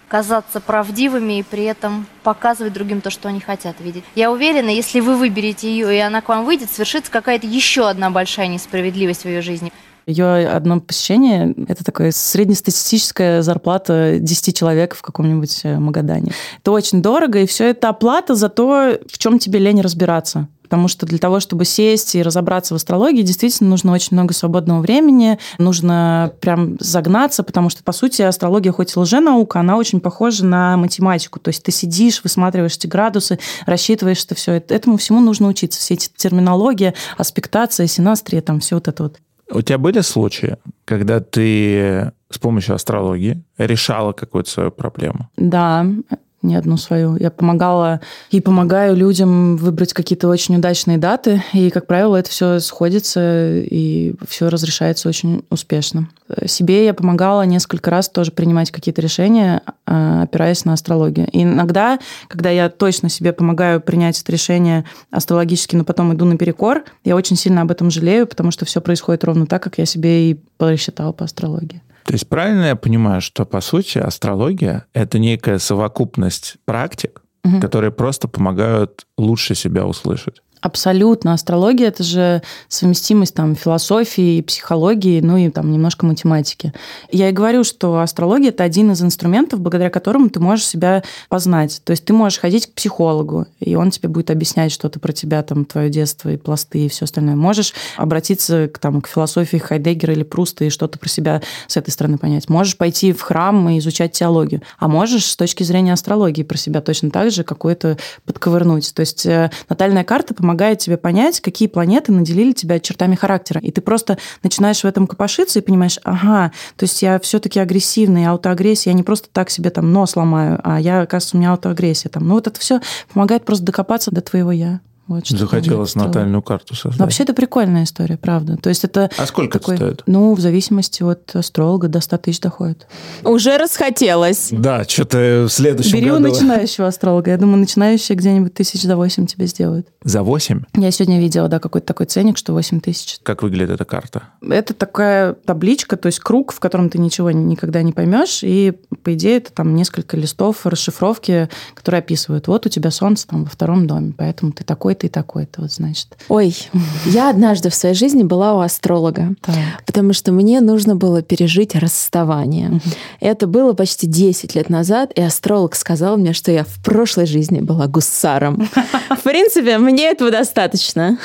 G: казаться правдивыми и при этом показывать другим то, что они хотят видеть. Я уверена, если вы выберете ее, и она к вам выйдет, свершится какая-то еще одна большая несправедливость в ее жизни.
C: Ее одно посещение – это такая среднестатистическая зарплата десяти человек в каком-нибудь Магадане. Это очень дорого, и все это оплата за то, в чем тебе лень разбираться. Потому что для того, чтобы сесть и разобраться в астрологии, действительно нужно очень много свободного времени, нужно прям загнаться, потому что, по сути, астрология хоть и лженаука, она очень похожа на математику. То есть ты сидишь, высматриваешь эти градусы, рассчитываешь это все. Этому всему нужно учиться. Все эти терминологии, аспектация, синастрия, там все вот это вот.
B: У тебя были случаи, когда ты с помощью астрологии решала какую-то свою проблему?
C: Да, не одну свою. Я помогала и помогаю людям выбрать какие-то очень удачные даты, и, как правило, это все сходится, и все разрешается очень успешно. Себе я помогала несколько раз тоже принимать какие-то решения, опираясь на астрологию. И иногда, когда я точно себе помогаю принять это решение астрологически, но потом иду наперекор, я очень сильно об этом жалею, потому что все происходит ровно так, как я себе и просчитала по астрологии.
B: То есть правильно я понимаю, что, по сути, астрология — это некая совокупность практик, угу. которые просто помогают лучше себя услышать?
C: Абсолютно. Астрология – это же совместимость там, философии, психологии, ну и там, немножко математики. Я и говорю, что астрология – это один из инструментов, благодаря которому ты можешь себя познать. То есть ты можешь ходить к психологу, и он тебе будет объяснять что-то про тебя, там, твое детство и пласты и все остальное. Можешь обратиться к, там, к философии Хайдеггера или Пруста и что-то про себя с этой стороны понять. Можешь пойти в храм и изучать теологию. А можешь с точки зрения астрологии про себя точно так же какое-то подковырнуть. То есть натальная карта помогает помогает тебе понять, какие планеты наделили тебя чертами характера. И ты просто начинаешь в этом копошиться и понимаешь, ага, то есть я все-таки агрессивный, аутоагрессия, я не просто так себе там нос ломаю, а я, оказывается, у меня аутоагрессия. Там. Ну вот это все помогает просто докопаться до твоего «я». Вот,
B: захотелось натальную карту создать.
C: Но вообще это прикольная история, правда. То есть это
B: а сколько такой, это стоит?
C: Ну, в зависимости от астролога до ста тысяч доходит.
A: Уже расхотелось.
B: Да, что-то в следующем
C: Бери
B: году.
C: Бери у начинающего астролога. Я думаю, начинающие где-нибудь тысяч за восемь тебе сделают.
B: За восемь?
C: Я сегодня видела, да, какой-то такой ценник, что восемь тысяч.
B: Как выглядит эта карта?
C: Это такая табличка, то есть круг, в котором ты ничего никогда не поймешь, и, по идее, это там несколько листов расшифровки, которые описывают. Вот у тебя солнце там во втором доме, поэтому ты такой-то и такой-то, вот значит.
A: Ой, я однажды в своей жизни была у астролога,
C: так.
A: потому что мне нужно было пережить расставание. Угу. Это было почти десять лет назад, и астролог сказал мне, что я в прошлой жизни была гусаром. В принципе, мне этого достаточно.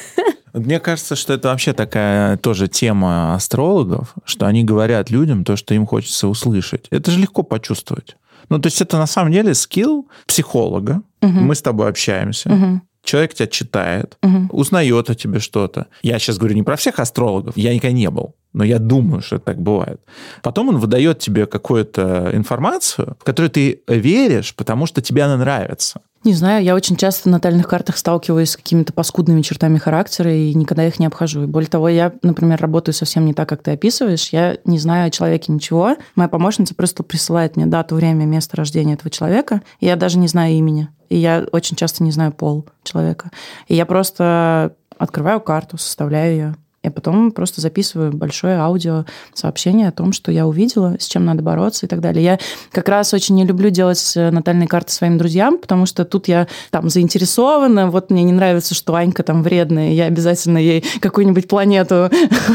B: Мне кажется, что это вообще такая тоже тема астрологов, что они говорят людям то, что им хочется услышать. Это же легко почувствовать. Ну, то есть это на самом деле скилл психолога. Угу. Мы с тобой общаемся. Угу. Человек тебя читает, угу. узнает о тебе что-то. Я сейчас говорю не про всех астрологов, я никогда не был, но я думаю, что так бывает. Потом он выдает тебе какую-то информацию, в которую ты веришь, потому что тебе она нравится.
C: Не знаю, я очень часто в натальных картах сталкиваюсь с какими-то паскудными чертами характера и никогда их не обхожу. И более того, я, например, работаю совсем не так, как ты описываешь. Я не знаю о человеке ничего. Моя помощница просто присылает мне дату, время, место рождения этого человека, и я даже не знаю имени. И я очень часто не знаю пол человека. И я просто открываю карту, составляю ее. Я потом просто записываю большое аудио сообщение о том, что я увидела, с чем надо бороться и так далее. Я как раз очень не люблю делать натальные карты своим друзьям, потому что тут я там заинтересована, вот мне не нравится, что Анька там вредная, я обязательно ей какую-нибудь планету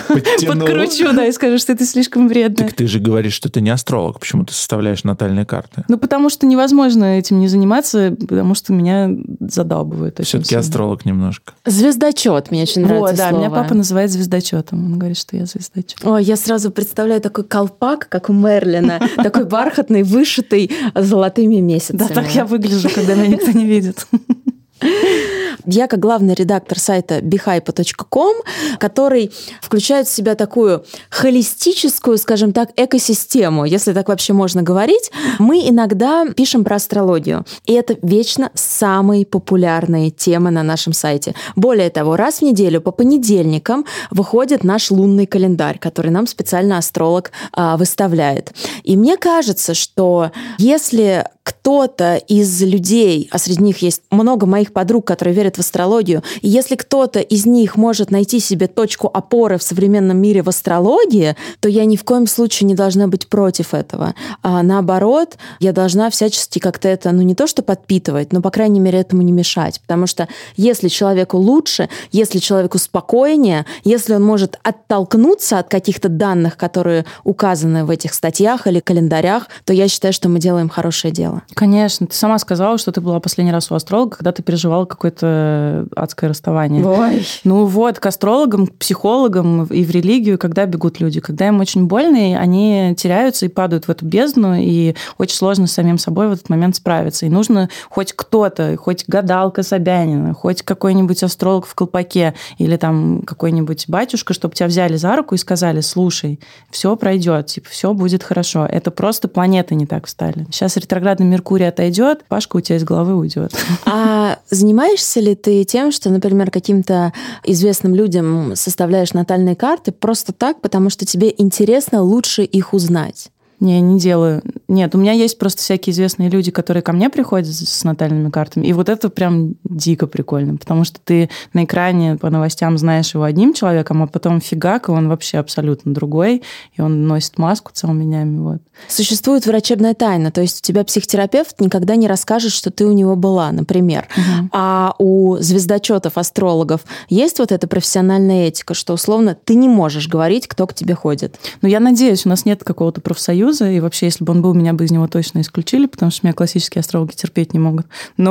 C: подкручу, да, и скажу, что ты слишком вредная.
B: Так ты же говоришь, что ты не астролог, почему ты составляешь натальные карты?
C: Ну, потому что невозможно этим не заниматься, потому что меня задалбывают.
B: Все-таки астролог немножко.
A: Звездочет, мне очень нравится
C: слово. Да,
A: слово.
C: Меня папа называет звездочетом. Он говорит, что я звездочет.
A: Ой, я сразу представляю такой колпак, как у Мерлина, такой бархатный, вышитый золотыми месяцами.
C: Да, так я выгляжу, когда меня никто не видит.
A: Я как главный редактор сайта би хайпа точка ком, который включает в себя такую холистическую, скажем так, экосистему, если так вообще можно говорить, мы иногда пишем про астрологию. И это вечно самые популярные темы на нашем сайте. Более того, раз в неделю по понедельникам выходит наш лунный календарь, который нам специально астролог а, выставляет. И мне кажется, что если кто-то из людей, а среди них есть много моих подруг, которые верят в астрологию, и если кто-то из них может найти себе точку опоры в современном мире в астрологии, то я ни в коем случае не должна быть против этого. А наоборот, я должна всячески как-то это, ну не то что подпитывать, но, по крайней мере, этому не мешать. Потому что если человеку лучше, если человеку спокойнее, если он может оттолкнуться от каких-то данных, которые указаны в этих статьях или календарях, то я считаю, что мы делаем хорошее дело.
C: Конечно. Ты сама сказала, что ты была последний раз у астролога, когда ты переживала какое-то адское расставание.
A: Ой.
C: Ну вот, к астрологам, к психологам и в религию, когда бегут люди, когда им очень больно, они теряются и падают в эту бездну, и очень сложно с самим собой в этот момент справиться. И нужно хоть кто-то, хоть гадалка Собянина, хоть какой-нибудь астролог в колпаке или там какой-нибудь батюшка, чтобы тебя взяли за руку и сказали: слушай, все пройдет, типа, все будет хорошо. Это просто планеты не так встали. Сейчас ретроградный Меркурий отойдет, Пашка у тебя из головы уйдет.
A: А занимаешься ли ты тем, что, например, каким-то известным людям составляешь натальные карты просто так, потому что тебе интересно лучше их узнать?
C: Не, не делаю. Нет, у меня есть просто всякие известные люди, которые ко мне приходят с натальными картами. И вот это прям дико прикольно, потому что ты на экране по новостям знаешь его одним человеком, а потом фигак, и он вообще абсолютно другой, и он носит маску целыми днями. Вот.
A: Существует врачебная тайна, то есть у тебя психотерапевт никогда не расскажет, что ты у него была, например. Угу. А у звездочетов, астрологов есть вот эта профессиональная этика, что условно ты не можешь говорить, кто к тебе ходит.
C: Ну, я надеюсь, у нас нет какого-то профсоюза, и вообще, если бы он был, меня бы из него точно исключили, потому что меня классические астрологи терпеть не могут.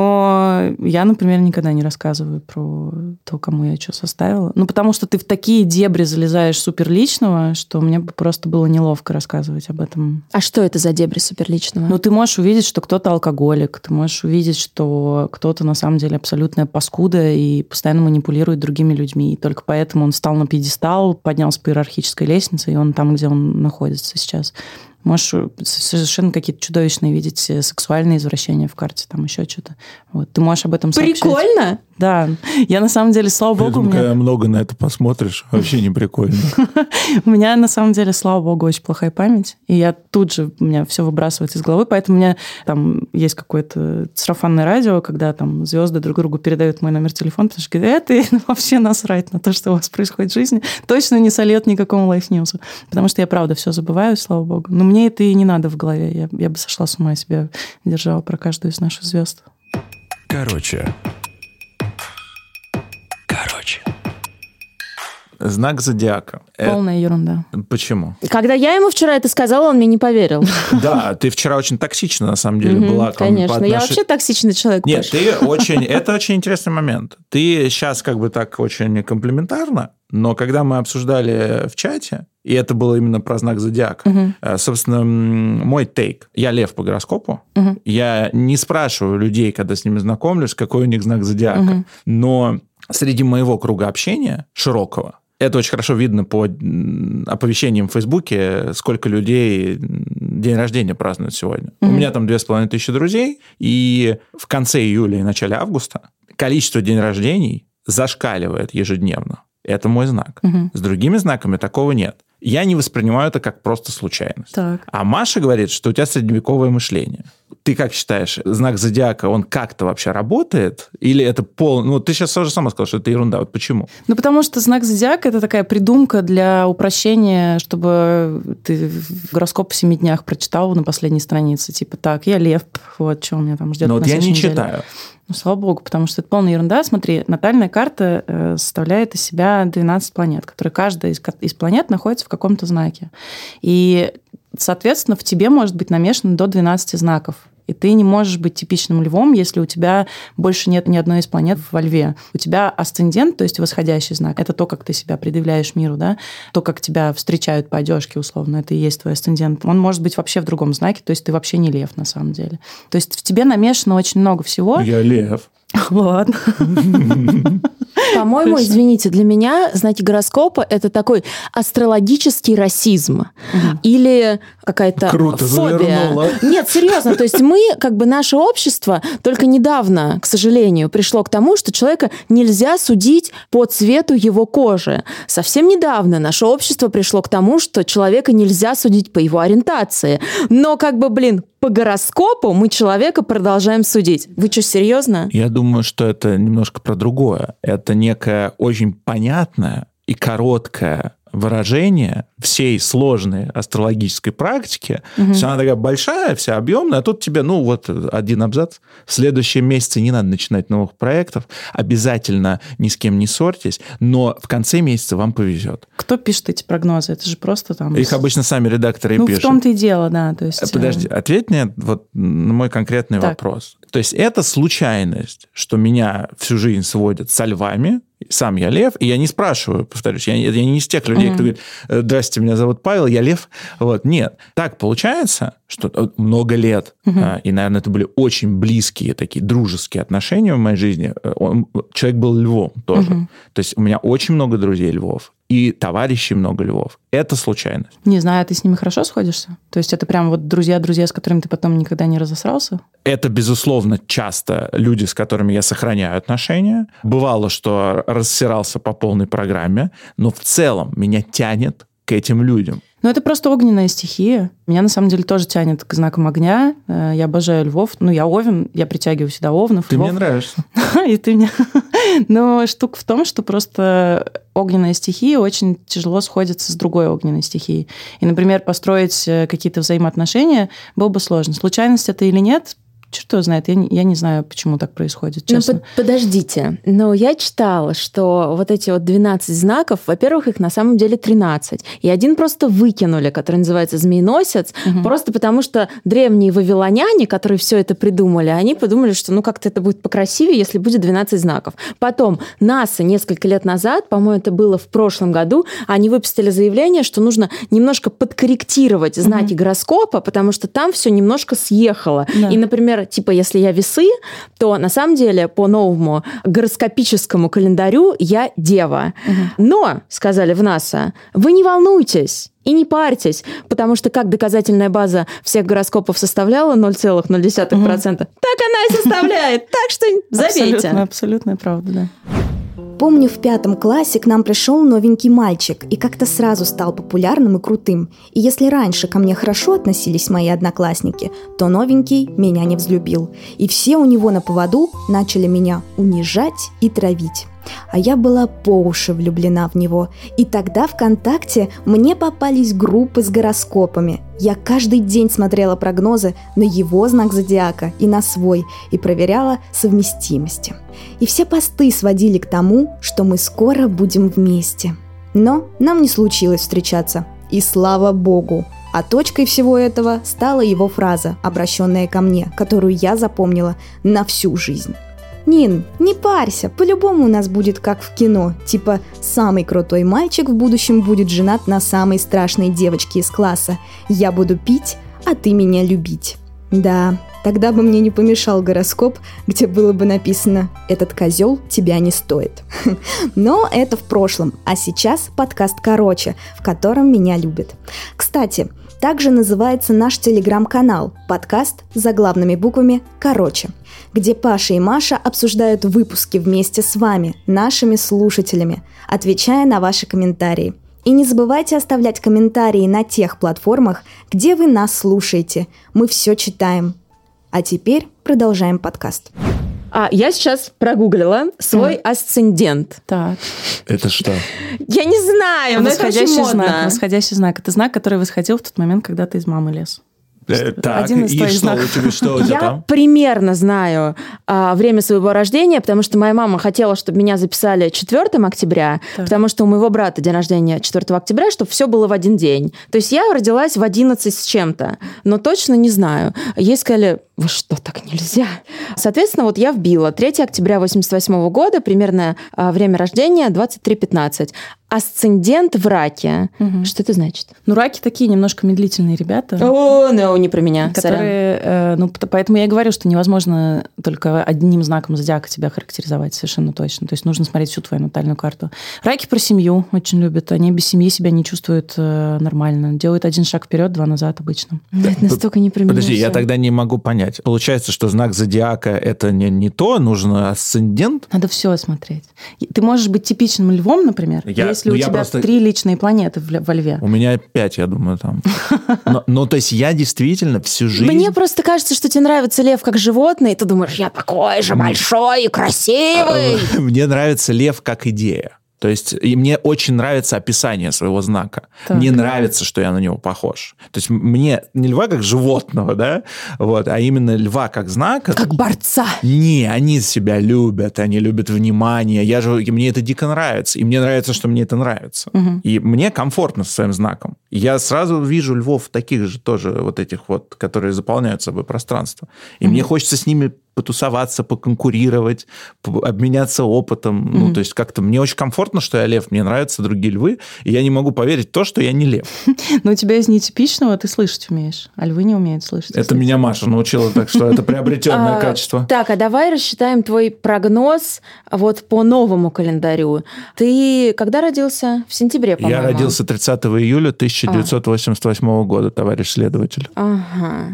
C: Но я, например, никогда не рассказываю про то, кому я что составила. Ну, потому что ты в такие дебри залезаешь суперличного, что мне бы просто было неловко рассказывать об этом.
A: А что это за дебри суперличного?
C: Ну, ты можешь увидеть, что кто-то алкоголик, ты можешь увидеть, что кто-то на самом деле абсолютная паскуда и постоянно манипулирует другими людьми. И только поэтому он встал на пьедестал, поднялся по иерархической лестнице, и он там, где он находится сейчас. Можешь совершенно какие-то чудовищные видеть сексуальные извращения в карте, там еще что-то. Вот. Ты можешь об этом сообщать.
A: Прикольно?
C: Да. Я на самом деле, слава богу...
B: Думаю,
C: меня...
B: когда много на это посмотришь, вообще не прикольно.
C: У меня, на самом деле, слава богу, очень плохая память. И я тут же, у меня все выбрасывается из головы, поэтому у меня там есть какое-то сарафанное радио, когда там звезды друг другу передают мой номер телефона, потому что говорят, это вообще насрать на то, что у вас происходит в жизни. Точно не сольет никакому лайфньюсу. Потому что я, правда, все забываю, слава богу. Но мне это и не надо в голове. Я, я бы сошла с ума, если бы я держала про каждую из наших звезд.
D: Короче. Короче.
B: Знак зодиака.
C: Полная
B: это...
C: ерунда.
B: Почему?
A: Когда я ему вчера это сказала, он мне не поверил.
B: Да, ты вчера очень токсична, на самом деле, была.
A: Конечно, я вообще токсичный человек.
B: Нет, ты очень... Это очень интересный момент. Ты сейчас как бы так очень комплиментарно, но когда мы обсуждали в чате, и это было именно про знак зодиака, угу. собственно, мой тейк. Я лев по гороскопу. Угу. Я не спрашиваю людей, когда с ними знакомлюсь, какой у них знак зодиака. Угу. Но среди моего круга общения, широкого, это очень хорошо видно по оповещениям в Фейсбуке, сколько людей день рождения празднуют сегодня. Угу. У меня там две с половиной тысячи друзей, и в конце июля и начале августа количество день рождений зашкаливает ежедневно. Это мой знак. Угу. С другими знаками такого нет. Я не воспринимаю это как просто случайность.
C: Так.
B: А Маша говорит, что у тебя средневековое мышление. Ты как считаешь, знак зодиака, он как-то вообще работает? Или это пол... Ну, ты сейчас тоже сама сказала, что это ерунда. Вот почему?
C: Ну, потому что знак зодиака – это такая придумка для упрощения, чтобы ты в гороскоп в семи днях прочитал на последней странице. Типа, так, я лев, вот что у меня там ждет.
B: Но вот я не читаю.
C: Ну, слава богу, потому что это полная ерунда. Смотри, натальная карта э, составляет из себя двенадцать планет, которые каждая из, из планет находится в каком-то знаке. И, соответственно, в тебе может быть намешано до двенадцати знаков. И ты не можешь быть типичным львом, если у тебя больше нет ни одной из планет во льве. У тебя асцендент, то есть восходящий знак, это то, как ты себя предъявляешь миру, да? То, как тебя встречают по одежке, условно, это и есть твой асцендент. Он может быть вообще в другом знаке, то есть ты вообще не лев на самом деле. То есть в тебе намешано очень много всего.
B: Я лев.
C: Ладно.
A: По-моему, извините, для меня знаки гороскопа – это такой астрологический расизм. Угу. Или какая-то
B: Круто,
A: фобия.
B: завернула.
A: Нет, серьезно. То есть мы, как бы наше общество, только недавно, к сожалению, пришло к тому, что человека нельзя судить по цвету его кожи. Совсем недавно наше общество пришло к тому, что человека нельзя судить по его ориентации. Но, как бы, блин, по гороскопу мы человека продолжаем судить. Вы что, серьезно?
B: Я думаю, что это немножко про другое. Это некое очень понятное и короткое выражение всей сложной астрологической практики.
C: Угу.
B: То есть она такая большая, вся объемная, а тут тебе, ну, вот один абзац. В следующем месяце не надо начинать новых проектов. Обязательно ни с кем не ссорьтесь, но в конце месяца вам повезет.
C: Кто пишет эти прогнозы? Это же просто там...
B: Их обычно сами редакторы и
C: ну,
B: пишут.
C: Ну, в том-то и дело, да. То есть...
B: Подожди, ответь мне вот на мой конкретный
C: так.
B: вопрос. То есть это случайность, что меня всю жизнь сводят со львами, сам я лев, и я не спрашиваю, повторюсь, я, я не из тех людей, mm-hmm. кто говорит, здрасте, меня зовут Павел, я лев. Вот, нет. Так получается, что много лет, mm-hmm. и, наверное, это были очень близкие такие дружеские отношения в моей жизни. Он, человек был львом тоже. Mm-hmm. То есть у меня очень много друзей львов. И товарищей много львов. Это случайность.
C: Не знаю, ты с ними хорошо сходишься? То есть это прям вот друзья-друзья, с которыми ты потом никогда не разосрался?
B: Это, безусловно, часто люди, с которыми я сохраняю отношения. Бывало, что рассирался по полной программе, но в целом меня тянет к этим людям.
C: Ну, это просто огненная стихия. Меня, на самом деле, тоже тянет к знакам огня. Я обожаю львов. Ну, я овен, я притягиваю сюда овнов.
B: Ты
C: львов.
B: мне нравишься.
C: И ты мне... Но штука в том, что просто огненная стихия очень тяжело сходится с другой огненной стихией. И, например, построить какие-то взаимоотношения было бы сложно. Случайность это или нет? Черт его знает, я не, я не знаю, почему так происходит, честно.
A: Ну, под, подождите, но я читала, что вот эти вот двенадцать знаков, во-первых, их на самом деле тринадцать. И один просто выкинули, который называется змееносец, угу. просто потому что древние вавилоняне, которые все это придумали, они подумали, что ну как-то это будет покрасивее, если будет двенадцать знаков. Потом НАСА несколько лет назад, по-моему, это было в прошлом году, они выпустили заявление, что нужно немножко подкорректировать знаки угу. гороскопа, потому что там все немножко съехало. Да. И, например, типа, если я весы, то на самом деле по новому гороскопическому календарю я дева. Угу. Но, сказали в НАСА, вы не волнуйтесь и не парьтесь, потому что как доказательная база всех гороскопов составляла ноль целых ноль десятых процента, угу. так она и составляет. Так что забейте.
C: Абсолютно, абсолютная правда, да.
E: Помню, в пятом классе к нам пришел новенький мальчик и как-то сразу стал популярным и крутым. И если раньше ко мне хорошо относились мои одноклассники, то новенький меня не взлюбил. И все у него на поводу начали меня унижать и травить. А я была по уши влюблена в него. И тогда ВКонтакте мне попались группы с гороскопами. Я каждый день смотрела прогнозы на его знак зодиака и на свой, и проверяла совместимости. И все посты сводили к тому, что мы скоро будем вместе. Но нам не случилось встречаться. И слава богу. А точкой всего этого стала его фраза, обращенная ко мне, которую я запомнила на всю жизнь. «Нин, не парься, по-любому у нас будет как в кино. Типа, самый крутой мальчик в будущем будет женат на самой страшной девочке из класса. Я буду пить, а ты меня любить». Да, тогда бы мне не помешал гороскоп, где было бы написано «Этот козел тебя не стоит». Но это в прошлом, а сейчас подкаст «Короче», в котором меня любят. Кстати, также называется наш телеграм-канал «Подкаст» с заглавными буквами «Короче», где Паша и Маша обсуждают выпуски вместе с вами, нашими слушателями, отвечая на ваши комментарии. И не забывайте оставлять комментарии на тех платформах, где вы нас слушаете. Мы все читаем. А теперь продолжаем подкаст.
A: А я сейчас прогуглила свой mm. асцендент.
C: Так.
B: Это что?
A: Я не знаю, но это очень модно.
C: Знак, восходящий знак. Это знак, который восходил в тот момент, когда ты из мамы лез.
B: Так,
C: Один из
B: и
C: твоих
B: что
C: знаков.
B: у тебя, что у тебя
A: Я
B: там?
A: примерно знаю а, время своего рождения, потому что моя мама хотела, чтобы меня записали четвёртого октября, так. потому что у моего брата день рождения четвёртого октября, чтобы все было в один день. То есть я родилась в одиннадцать с чем-то, но точно не знаю. Ей сказали, вы что, так нельзя? Соответственно, вот я вбила третьего октября восемьдесят восьмого года, примерно а, время рождения двадцать три пятнадцать. Асцендент в раке. Угу. Что это значит?
C: Ну, раки такие немножко медлительные ребята.
A: О, ну, не про меня.
C: Которые, э, ну, поэтому я и говорю, что невозможно только одним знаком зодиака тебя характеризовать совершенно точно. То есть нужно смотреть всю твою натальную карту. Раки про семью очень любят. Они без семьи себя не чувствуют э, нормально. Делают один шаг вперед, два назад обычно.
A: Это настолько не про меня.
B: Подожди,
A: все.
B: я тогда не могу понять. Получается, что знак зодиака это не, не то, нужно асцендент?
C: Надо все осмотреть. Ты можешь быть типичным львом, например.
B: Я,
C: если
B: Ну,
C: у
B: я
C: тебя
B: просто-
C: три личные планеты в- во льве?
B: У меня пять, я думаю, там. Но- Ну, то есть я действительно всю жизнь...
A: Мне просто кажется, что тебе нравится лев как животное, и ты думаешь, я такой же большой и красивый.
B: Мне нравится лев как идея. То есть и мне очень нравится описание своего знака.
C: Так.
B: Мне нравится, что я на него похож. То есть мне не льва как животного, да, вот, а именно льва как знака.
A: Как борца.
B: Не, они себя любят, они любят внимание. Я же, и мне это дико нравится. И мне нравится, что мне это нравится.
C: Мгм.
B: И мне комфортно со своим знаком. Я сразу вижу львов таких же тоже, вот этих вот, которые заполняют собой пространство. И мне хочется с ними потусоваться, поконкурировать, п- обменяться опытом. Ну, то есть как-то мне очень комфортно, что я лев, мне нравятся другие львы, и я не могу поверить в то, что я не лев.
C: Но у тебя из нетипичного ты слышать умеешь, а львы не умеют слышать.
B: Это меня Маша научила, так что это приобретенное
A: А,
B: качество.
A: Так, а давай рассчитаем твой прогноз вот по новому календарю. Ты когда родился? В сентябре, по-моему.
B: Я родился тридцатого июля тысяча девятьсот восемьдесят восьмого года, товарищ следователь.
A: Ага.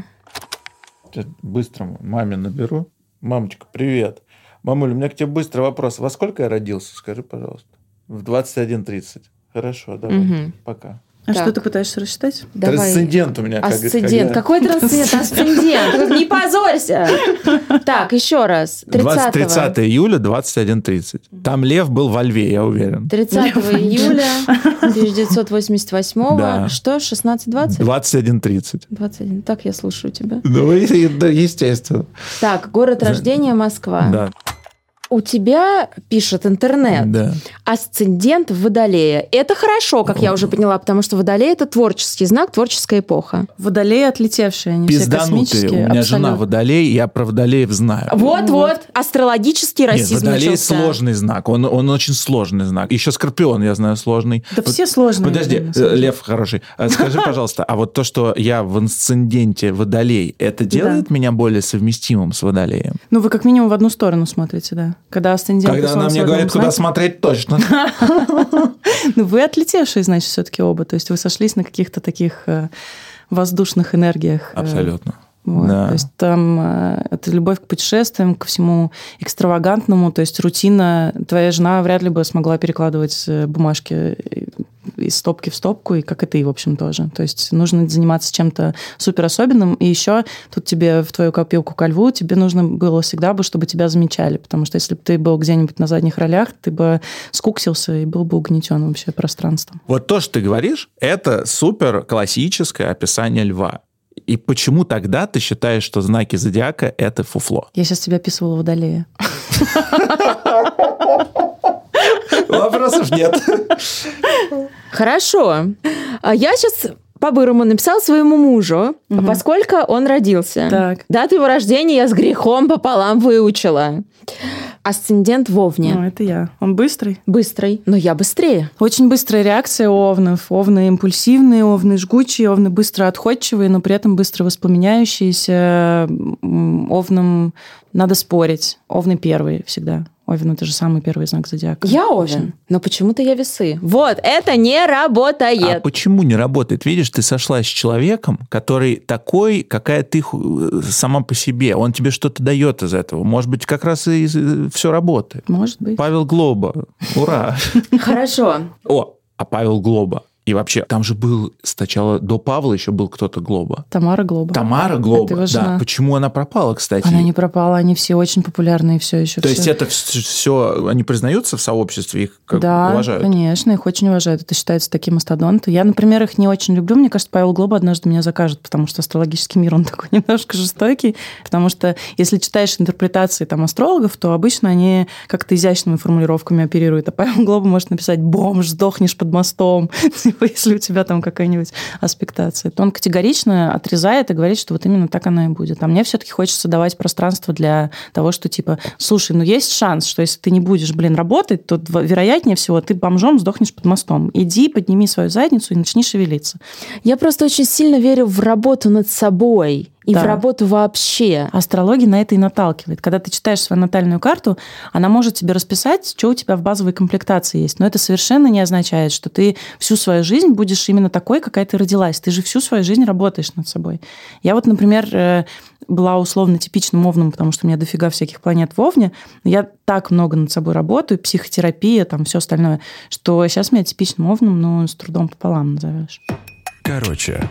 B: Сейчас быстро маме наберу. Мамочка, привет. Мамуля, у меня к тебе быстрый вопрос. Во сколько я родился? Скажи, пожалуйста. В двадцать один тридцать. Хорошо, давай.
A: Мгм.
B: Пока.
C: А
A: Так.
C: что ты пытаешься рассчитать?
A: Давай.
B: Трансцендент у меня. как-
A: Асцендент.
B: когда-
A: Какой трансцендент? Асцендент. Не позорься. Так, еще раз.
B: двадцать-
A: тридцатого.
B: тридцатого июля двадцать один тридцать. Там лев был во льве, я уверен.
A: тридцатого июля тысяча девятьсот восемьдесят восьмого.
B: Да.
A: Что, шестнадцать двадцать?
B: двадцать один тридцать.
A: двадцать один. Так, я слушаю тебя.
B: Ну, и- и- да, естественно.
A: Так, город рождения Москва.
B: Да,
A: У тебя, пишет интернет,
B: да.
A: асцендент Водолея. Это хорошо, как я уже поняла, потому что Водолей – это творческий знак, творческая эпоха.
C: Водолеи отлетевшие, они все
B: Пизданутые.
C: космические.
B: У меня жена
C: абсолютно.
B: водолей, я про водолеев знаю.
A: Вот-вот, астрологический
B: Нет,
A: расизм
B: водолей
A: начался.
B: сложный знак. Он, он очень сложный знак. Еще скорпион, я знаю, сложный.
C: Да
B: Вот-
C: все сложные.
B: Подожди,
C: на самом
B: э,
C: деле.
B: Лев хороший. А Скажи, пожалуйста, а вот то, что я в асценденте водолей, это делает меня более совместимым с водолеем?
C: Ну, вы как минимум в одну сторону смотрите, да. Когда асцендент...
B: Когда
C: и
B: она
C: Солнце
B: мне
C: в
B: говорит,
C: одном
B: куда
C: знаке.
B: смотреть, точно.
C: Ну, вы отлетевшие, значит, все-таки оба. То есть вы сошлись на каких-то таких э, воздушных энергиях. э,
B: Абсолютно.
C: Вот.
B: Да.
C: То есть там э, это любовь к путешествиям, ко всему экстравагантному. То есть рутина. Твоя жена вряд ли бы смогла перекладывать э, бумажки из стопки в стопку, и как и ты, в общем, тоже. То есть нужно заниматься чем-то супер особенным. И еще тут тебе в твою копилку ко льву тебе нужно было всегда бы, чтобы тебя замечали. Потому что если бы ты был где-нибудь на задних ролях, ты бы скуксился и был бы угнетен вообще пространством.
B: Вот то, что ты говоришь, это супер классическое описание льва. И почему тогда ты считаешь, что знаки зодиака – это фуфло?
C: Я сейчас тебя описывала Водолея.
B: Вопросов нет.
A: Хорошо. А я сейчас по-бырому написала своему мужу,
C: Мгм.
A: поскольку он родился.
C: Так.
A: Дату его рождения я с грехом пополам выучила. Асцендент в Овне.
C: Ну, это я. Он быстрый.
A: Быстрый, но я быстрее.
C: Очень быстрая реакция овнов. Овны импульсивные, овны жгучие, овны быстро отходчивые, но при этом быстро воспламеняющиеся. М, Овнам надо спорить. Овны первые всегда. Овен – это же самый первый знак зодиака.
A: Я Овен, но почему-то я Весы. Вот, это не
B: А
A: работает.
B: почему не работает? Видишь, ты сошлась с человеком, который такой, какая ты ху- сама по себе. Он тебе что-то дает из этого. Может быть, как раз и все работает.
C: Может быть.
B: Павел Глоба. Ура!
A: Хорошо.
B: О, а Павел Глоба. И вообще, там же был сначала до Павла еще был кто-то Глоба.
C: Тамара Глоба.
B: Тамара
C: Это
B: Глоба.
C: его жена.
B: Да. Почему она пропала, кстати?
C: Она не пропала, они все очень популярные все еще.
B: То есть это все, они признаются в сообществе, их как
C: Да,
B: уважают?
C: конечно, их очень уважают. Это считается таким мастодонтом. Я, например, их не очень люблю. Мне кажется, Павел Глоба однажды меня закажет, потому что астрологический мир, он такой немножко жестокий. Потому что если читаешь интерпретации там, астрологов, то обычно они как-то изящными формулировками оперируют. А Павел Глоба может написать «бомж, сдохнешь под мостом», типа, если у тебя там какая-нибудь аспектация. То он категорично отрезает и говорит, что вот именно так она и будет. А мне все-таки хочется давать пространство для того, что типа, слушай, ну есть шанс, что если ты не будешь, блин, работать, то вероятнее всего ты бомжом сдохнешь под мостом. Иди, подними свою задницу и начни шевелиться.
A: Я просто очень сильно верю в работу над собой. И
C: Да.
A: в работу вообще.
C: Астрология на это и наталкивает. Когда ты читаешь свою натальную карту, она может тебе расписать, что у тебя в базовой комплектации есть. Но это совершенно не означает, что ты всю свою жизнь будешь именно такой, какая ты родилась. Ты же всю свою жизнь работаешь над собой. Я вот, например, была условно типичным овном, потому что у меня дофига всяких планет в Овне. Я так много над собой работаю, психотерапия, там все остальное, что сейчас меня типичным овном, ну, с трудом пополам назовешь.
D: Короче.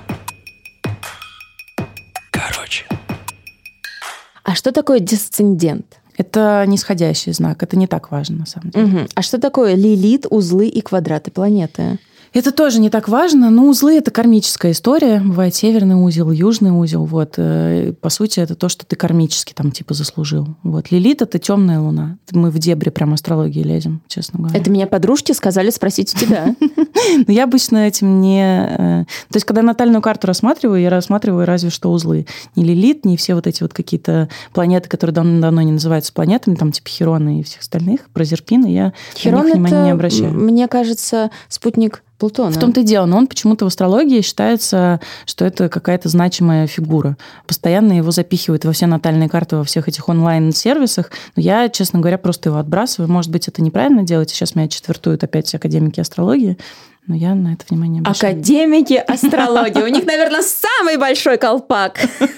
D: Короче.
A: А что такое дисцендент?
C: Это нисходящий знак, это не так важно, на самом деле.
A: Угу. А что такое лилит, узлы и квадраты планеты?
C: Это тоже не так важно, но узлы — это кармическая история. Бывает северный узел, южный узел. Вот. По сути, это то, что ты кармически там типа заслужил. Вот. Лилит — это темная луна. Мы в дебри прям астрологии лезем, честно говоря.
A: Это меня подружки сказали спросить у тебя.
C: Но я обычно этим не... То есть, когда я натальную карту рассматриваю, я рассматриваю разве что узлы. Не Лилит, не все вот эти вот какие-то планеты, которые давно не называются планетами, там типа Хирона и всех остальных, Прозерпины, я
A: Хирон
C: на них внимания
A: это,
C: не обращаю.
A: Мне кажется, спутник Плутона.
C: В том-то и дело, но он почему-то в астрологии считается, что это какая-то значимая фигура. Постоянно его запихивают во все натальные карты, во всех этих онлайн-сервисах. Но я, честно говоря, просто его отбрасываю. Может быть, это неправильно делать. Сейчас меня четвертуют опять академики астрологии. Но я на это внимание не обращаю.
A: Академики астрологии. У них, наверное, самый большой колпак.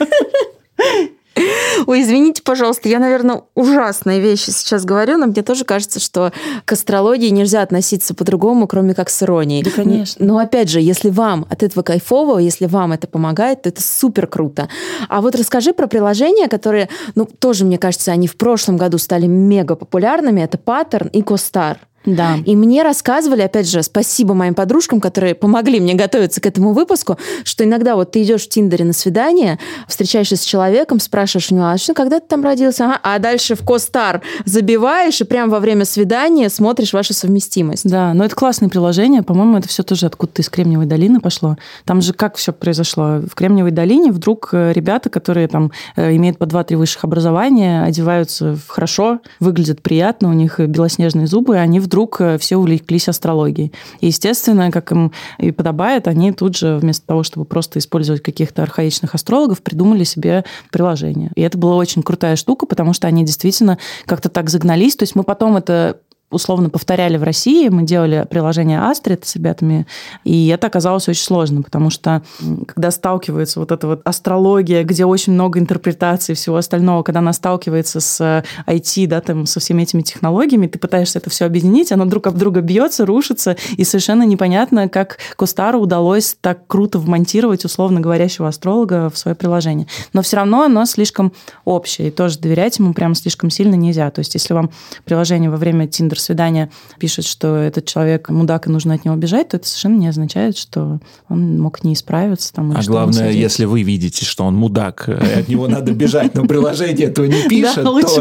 A: Ой, извините, пожалуйста, я, наверное, ужасные вещи сейчас говорю, но мне тоже кажется, что к астрологии нельзя относиться по-другому, кроме как с иронией.
C: Да, конечно.
A: Но опять же, если вам от этого кайфово, если вам это помогает, то это супер круто. А вот расскажи про приложения, которые, ну, тоже, мне кажется, они в прошлом году стали мега популярными. Это Pattern и CoStar.
C: Да.
A: И мне рассказывали, опять же, спасибо моим подружкам, которые помогли мне готовиться к этому выпуску, что иногда вот ты идешь в Тиндере на свидание, встречаешься с человеком, спрашиваешь у него, а что, когда ты там родился? Ага. А дальше в CoStar забиваешь и прямо во время свидания смотришь вашу совместимость.
C: Да, но это классное приложение. По-моему, это все тоже откуда-то из Кремниевой долины пошло. Там же как все произошло? В Кремниевой долине вдруг ребята, которые там имеют по два-три высших образования, одеваются хорошо, выглядят приятно, у них белоснежные зубы, они вдруг Вдруг все увлеклись астрологией. И, естественно, как им и подобает, они тут же, вместо того, чтобы просто использовать каких-то архаичных астрологов, придумали себе приложение. И это была очень крутая штука, потому что они действительно как-то так загнались. То есть мы потом это условно повторяли в России, мы делали приложение Астрид с ребятами, и это оказалось очень сложно, потому что когда сталкивается вот эта вот астрология, где очень много интерпретаций и всего остального, когда она сталкивается с ай ти, да, там, со всеми этими технологиями, ты пытаешься это все объединить, оно друг об друга бьется, рушится, и совершенно непонятно, как CoStar удалось так круто вмонтировать условно говорящего астролога в свое приложение. Но все равно оно слишком общее, и тоже доверять ему прям слишком сильно нельзя. То есть если вам приложение во время Tinder свидания пишет, что этот человек мудак и нужно от него бежать, то это совершенно не означает, что он мог не исправиться. Там,
B: а главное, если вы видите, что он мудак, от него надо бежать, но приложение этого не пишет,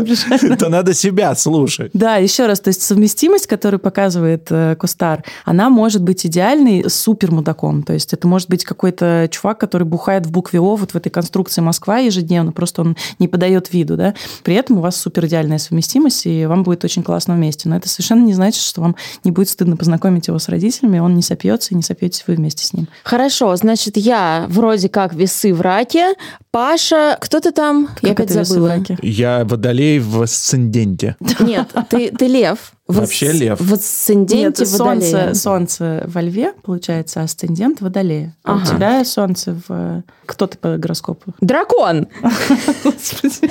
B: то надо себя слушать.
C: Да, еще раз, то есть совместимость, которую показывает CoStar, она может быть идеальной с супер мудаком. То есть это может быть какой-то чувак, который бухает в букве О вот в этой конструкции Москва ежедневно, просто он не подает виду, да. При этом у вас супер идеальная совместимость, и вам будет очень классно вместе. Но это совершенно не значит, что вам не будет стыдно познакомить его с родителями, он не сопьется, и не сопьетесь вы вместе с ним.
A: Хорошо, значит, я вроде как весы в раке. Паша, кто ты там?
C: Как
A: я опять забыла.
B: Я водолей в асценденте.
A: Нет, ты, ты лев.
B: Вообще
A: в,
B: лев.
A: В асценденте
C: Нет,
A: водолея.
C: солнце, солнце во льве, получается, асцендент водолея. А ага. У тебя солнце в... Кто ты по гороскопу?
A: Дракон!
C: Господи.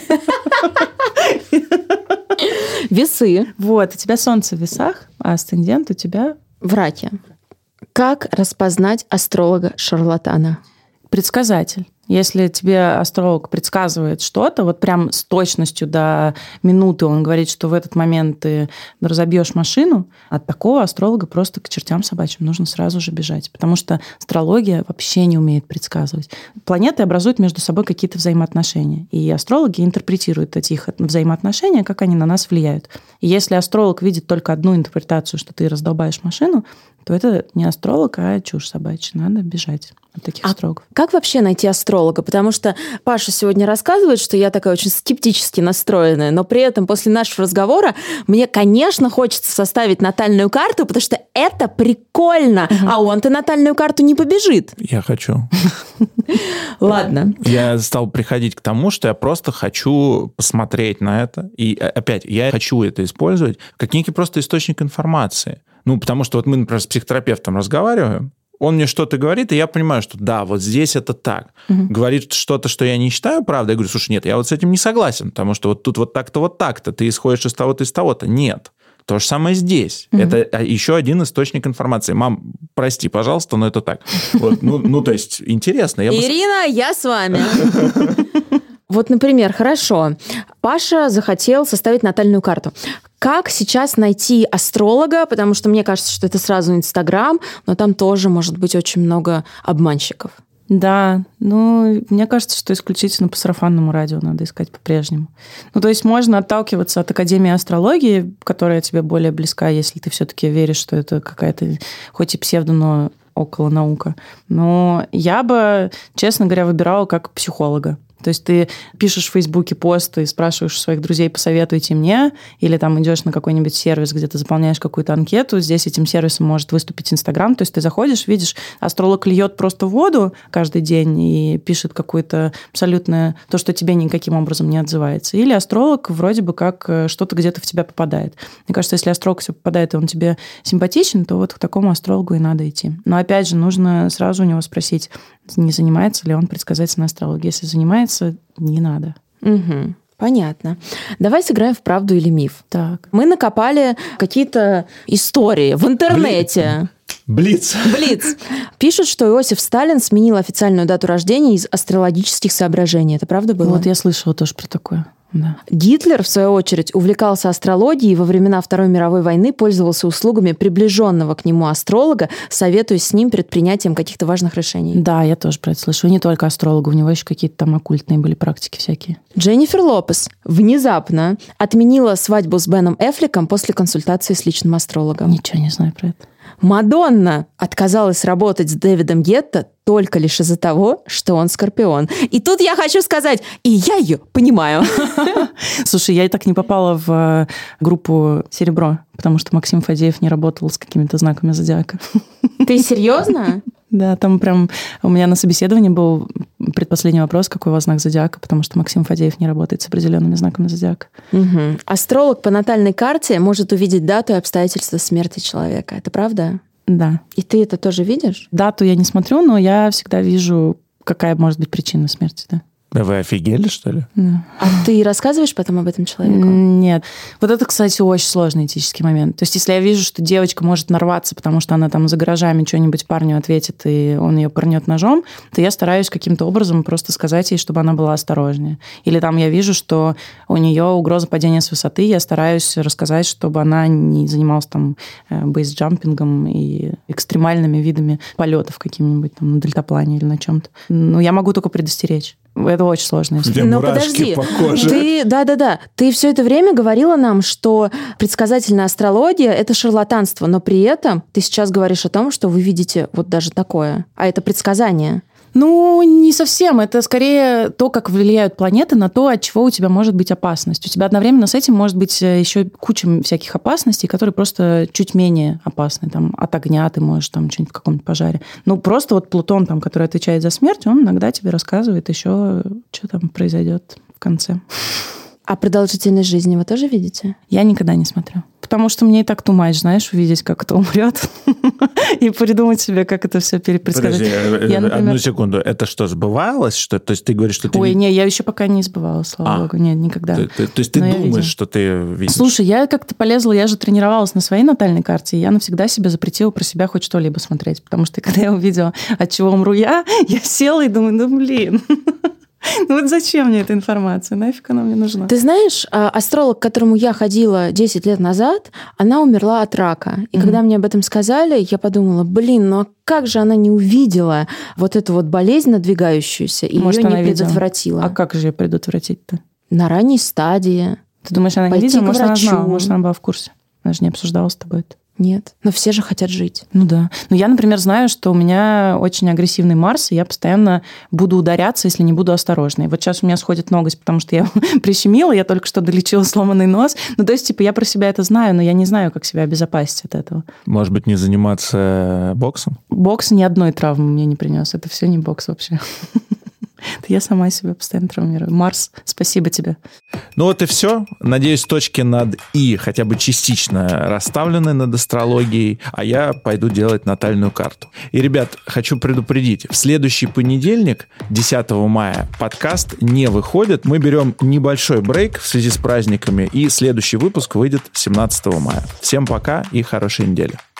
A: Весы.
C: Вот, у тебя солнце в весах, а асцендент у тебя...
A: В раке. Как распознать астролога-шарлатана?
C: Предсказатель. Если тебе астролог предсказывает что-то, вот прям с точностью до минуты он говорит, что в этот момент ты разобьешь машину, от такого астролога просто к чертям собачьим нужно сразу же бежать, потому что астрология вообще не умеет предсказывать. Планеты образуют между собой какие-то взаимоотношения, и астрологи интерпретируют эти их взаимоотношения, как они на нас влияют. И если астролог видит только одну интерпретацию, что ты раздолбаешь машину, то это не астролог, а чушь собачья. Надо бежать от таких
A: а
C: астрологов.
A: Как вообще найти астролога? Потому что Паша сегодня рассказывает, что я такая очень скептически настроенная, но при этом после нашего разговора мне, конечно, хочется составить натальную карту, потому что это прикольно, угу. А он-то натальную карту не побежит.
B: Я хочу.
A: Ладно.
B: Я стал приходить к тому, что я просто хочу посмотреть на это. И опять, я хочу это использовать как некий просто источник информации. Ну, потому что вот мы, например, с психотерапевтом разговариваем, он мне что-то говорит, и я понимаю, что да, вот здесь это так. Угу. Говорит что-то, что я не считаю правдой. Я говорю, слушай, нет, я вот с этим не согласен, потому что вот тут вот так-то, вот так-то. Ты исходишь из того-то, из того-то. Нет. То же самое здесь. Угу. Это еще один источник информации. Мам, прости, пожалуйста, но это так. Вот, ну, ну, то есть, интересно. Я
A: Ирина, бы... я с вами. Вот, например, хорошо. Паша захотел составить натальную карту. Как сейчас найти астролога? Потому что мне кажется, что это сразу Инстаграм, но там тоже может быть очень много обманщиков.
C: Да, ну, мне кажется, что исключительно по сарафанному радио надо искать по-прежнему. Ну, то есть можно отталкиваться от Академии астрологии, которая тебе более близка, если ты все-таки веришь, что это какая-то, хоть и псевдо, но около наука. Но я бы, честно говоря, выбирала как психолога. То есть ты пишешь в Фейсбуке пост и спрашиваешь у своих друзей, посоветуйте мне, или там идешь на какой-нибудь сервис, где ты заполняешь какую-то анкету, здесь этим сервисом может выступить Инстаграм, то есть ты заходишь, видишь, астролог льет просто воду каждый день и пишет какое-то абсолютно то, что тебе никаким образом не отзывается. Или астролог вроде бы как что-то где-то в тебя попадает. Мне кажется, если астролог все попадает, и он тебе симпатичен, то вот к такому астрологу и надо идти. Но опять же, нужно сразу у него спросить, не занимается ли он предсказательной астрологией. Если занимается, не надо.
A: Угу. Понятно. Давай сыграем в правду или миф.
C: Так.
A: Мы накопали какие-то истории в интернете.
B: Блиц.
A: Блиц. Пишут, что Иосиф Сталин сменил официальную дату рождения из астрологических соображений. Это правда было?
C: Вот я слышала тоже про такое. Да.
A: Гитлер, в свою очередь, увлекался астрологией и во времена Второй мировой войны пользовался услугами приближенного к нему астролога, советуясь с ним перед принятием каких-то важных решений.
C: Да, я тоже про это слышу. И не только астролога, у него еще какие-то там оккультные были практики всякие.
A: Дженнифер Лопес внезапно отменила свадьбу с Беном Эффлеком после консультации с личным астрологом.
C: Ничего не знаю про это.
A: Мадонна отказалась работать с Дэвидом Гетто только лишь из-за того, что он скорпион. И тут я хочу сказать, и я ее понимаю.
C: Слушай, я и так не попала в группу «Серебро», потому что Максим Фадеев не работал с какими-то знаками зодиака.
A: Ты серьезно?
C: Да, там прям у меня на собеседовании был предпоследний вопрос, какой у вас знак зодиака, потому что Максим Фадеев не работает с определенными знаками зодиака.
A: Угу. Астролог по натальной карте может увидеть дату и обстоятельства смерти человека. Это правда?
C: Да.
A: И ты это тоже видишь?
C: Дату я не смотрю, но я всегда вижу, какая может быть причина смерти, да.
B: Вы офигели, что ли?
C: Да.
A: А ты рассказываешь потом об этом человеку?
C: Нет. Вот это, кстати, очень сложный этический момент. То есть если я вижу, что девочка может нарваться, потому что она там за гаражами что-нибудь парню ответит, и он ее пырнет ножом, то я стараюсь каким-то образом просто сказать ей, чтобы она была осторожнее. Или там я вижу, что у нее угроза падения с высоты, я стараюсь рассказать, чтобы она не занималась там бейсджампингом и экстремальными видами полетов каким-нибудь там на дельтаплане или на чем-то. Ну, я могу только предостеречь. Это очень сложно.
A: Но подожди, ты, да-да-да, ты все это время говорила нам, что предсказательная астрология – это шарлатанство, но при этом ты сейчас говоришь о том, что вы видите вот даже такое, а это предсказание.
C: Ну, не совсем. Это скорее то, как влияют планеты на то, от чего у тебя может быть опасность. У тебя одновременно с этим может быть еще куча всяких опасностей, которые просто чуть менее опасны. Там, от огня ты можешь там что-нибудь в каком-то пожаре. Ну, просто вот Плутон, там, который отвечает за смерть, он иногда тебе рассказывает еще, что там произойдет в конце.
A: А продолжительность жизни вы тоже видите?
C: Я никогда не смотрю. Потому что мне и так too much, знаешь, увидеть, как это умрет, и придумать себе, как это все перепредсказать.
B: Подожди, я, например... одну секунду. Это что, сбывалось? Что... То есть ты говоришь, что ты...
C: Ой, не, я еще пока не сбывала, слава а, богу. Нет, никогда.
B: Ты, ты, то есть ты Но думаешь, что ты видишь?
C: Слушай, я как-то полезла, я же тренировалась на своей натальной карте, и я навсегда себе запретила про себя хоть что-либо смотреть. Потому что когда я увидела, от чего умру я, я села и думаю, ну блин... Ну вот зачем мне эта информация? Нафиг она мне нужна?
A: Ты знаешь, астролог, к которому я ходила десять лет назад, она умерла от рака. И mm-hmm. когда мне об этом сказали, я подумала, блин, ну а как же она не увидела вот эту вот болезнь надвигающуюся и
C: Может,
A: ее не
C: видела?
A: предотвратила?
C: А как же ее предотвратить-то?
A: На ранней стадии.
C: Ты думаешь, она не видела? Может, она знала? Может, она была в курсе? Она же не обсуждала с тобой это.
A: Нет, но все же хотят жить.
C: Ну да. Но я, например, знаю, что у меня очень агрессивный Марс, и я постоянно буду ударяться, если не буду осторожной. Вот сейчас у меня сходит ноготь, потому что я прищемила, я только что долечила сломанный нос. Ну то есть, типа, я про себя это знаю, но я не знаю, как себя обезопасить от этого.
B: Может быть, не заниматься боксом?
C: Бокс ни одной травмы мне не принес. Это все не бокс вообще. Это я сама себя постоянно травмирую. Марс, спасибо тебе.
B: Ну вот и все. Надеюсь, точки над «и» хотя бы частично расставлены над астрологией, а я пойду делать натальную карту. И, ребят, хочу предупредить. В следующий понедельник, десятого мая, подкаст не выходит. Мы берем небольшой брейк в связи с праздниками, и следующий выпуск выйдет семнадцатого мая. Всем пока и хорошей недели.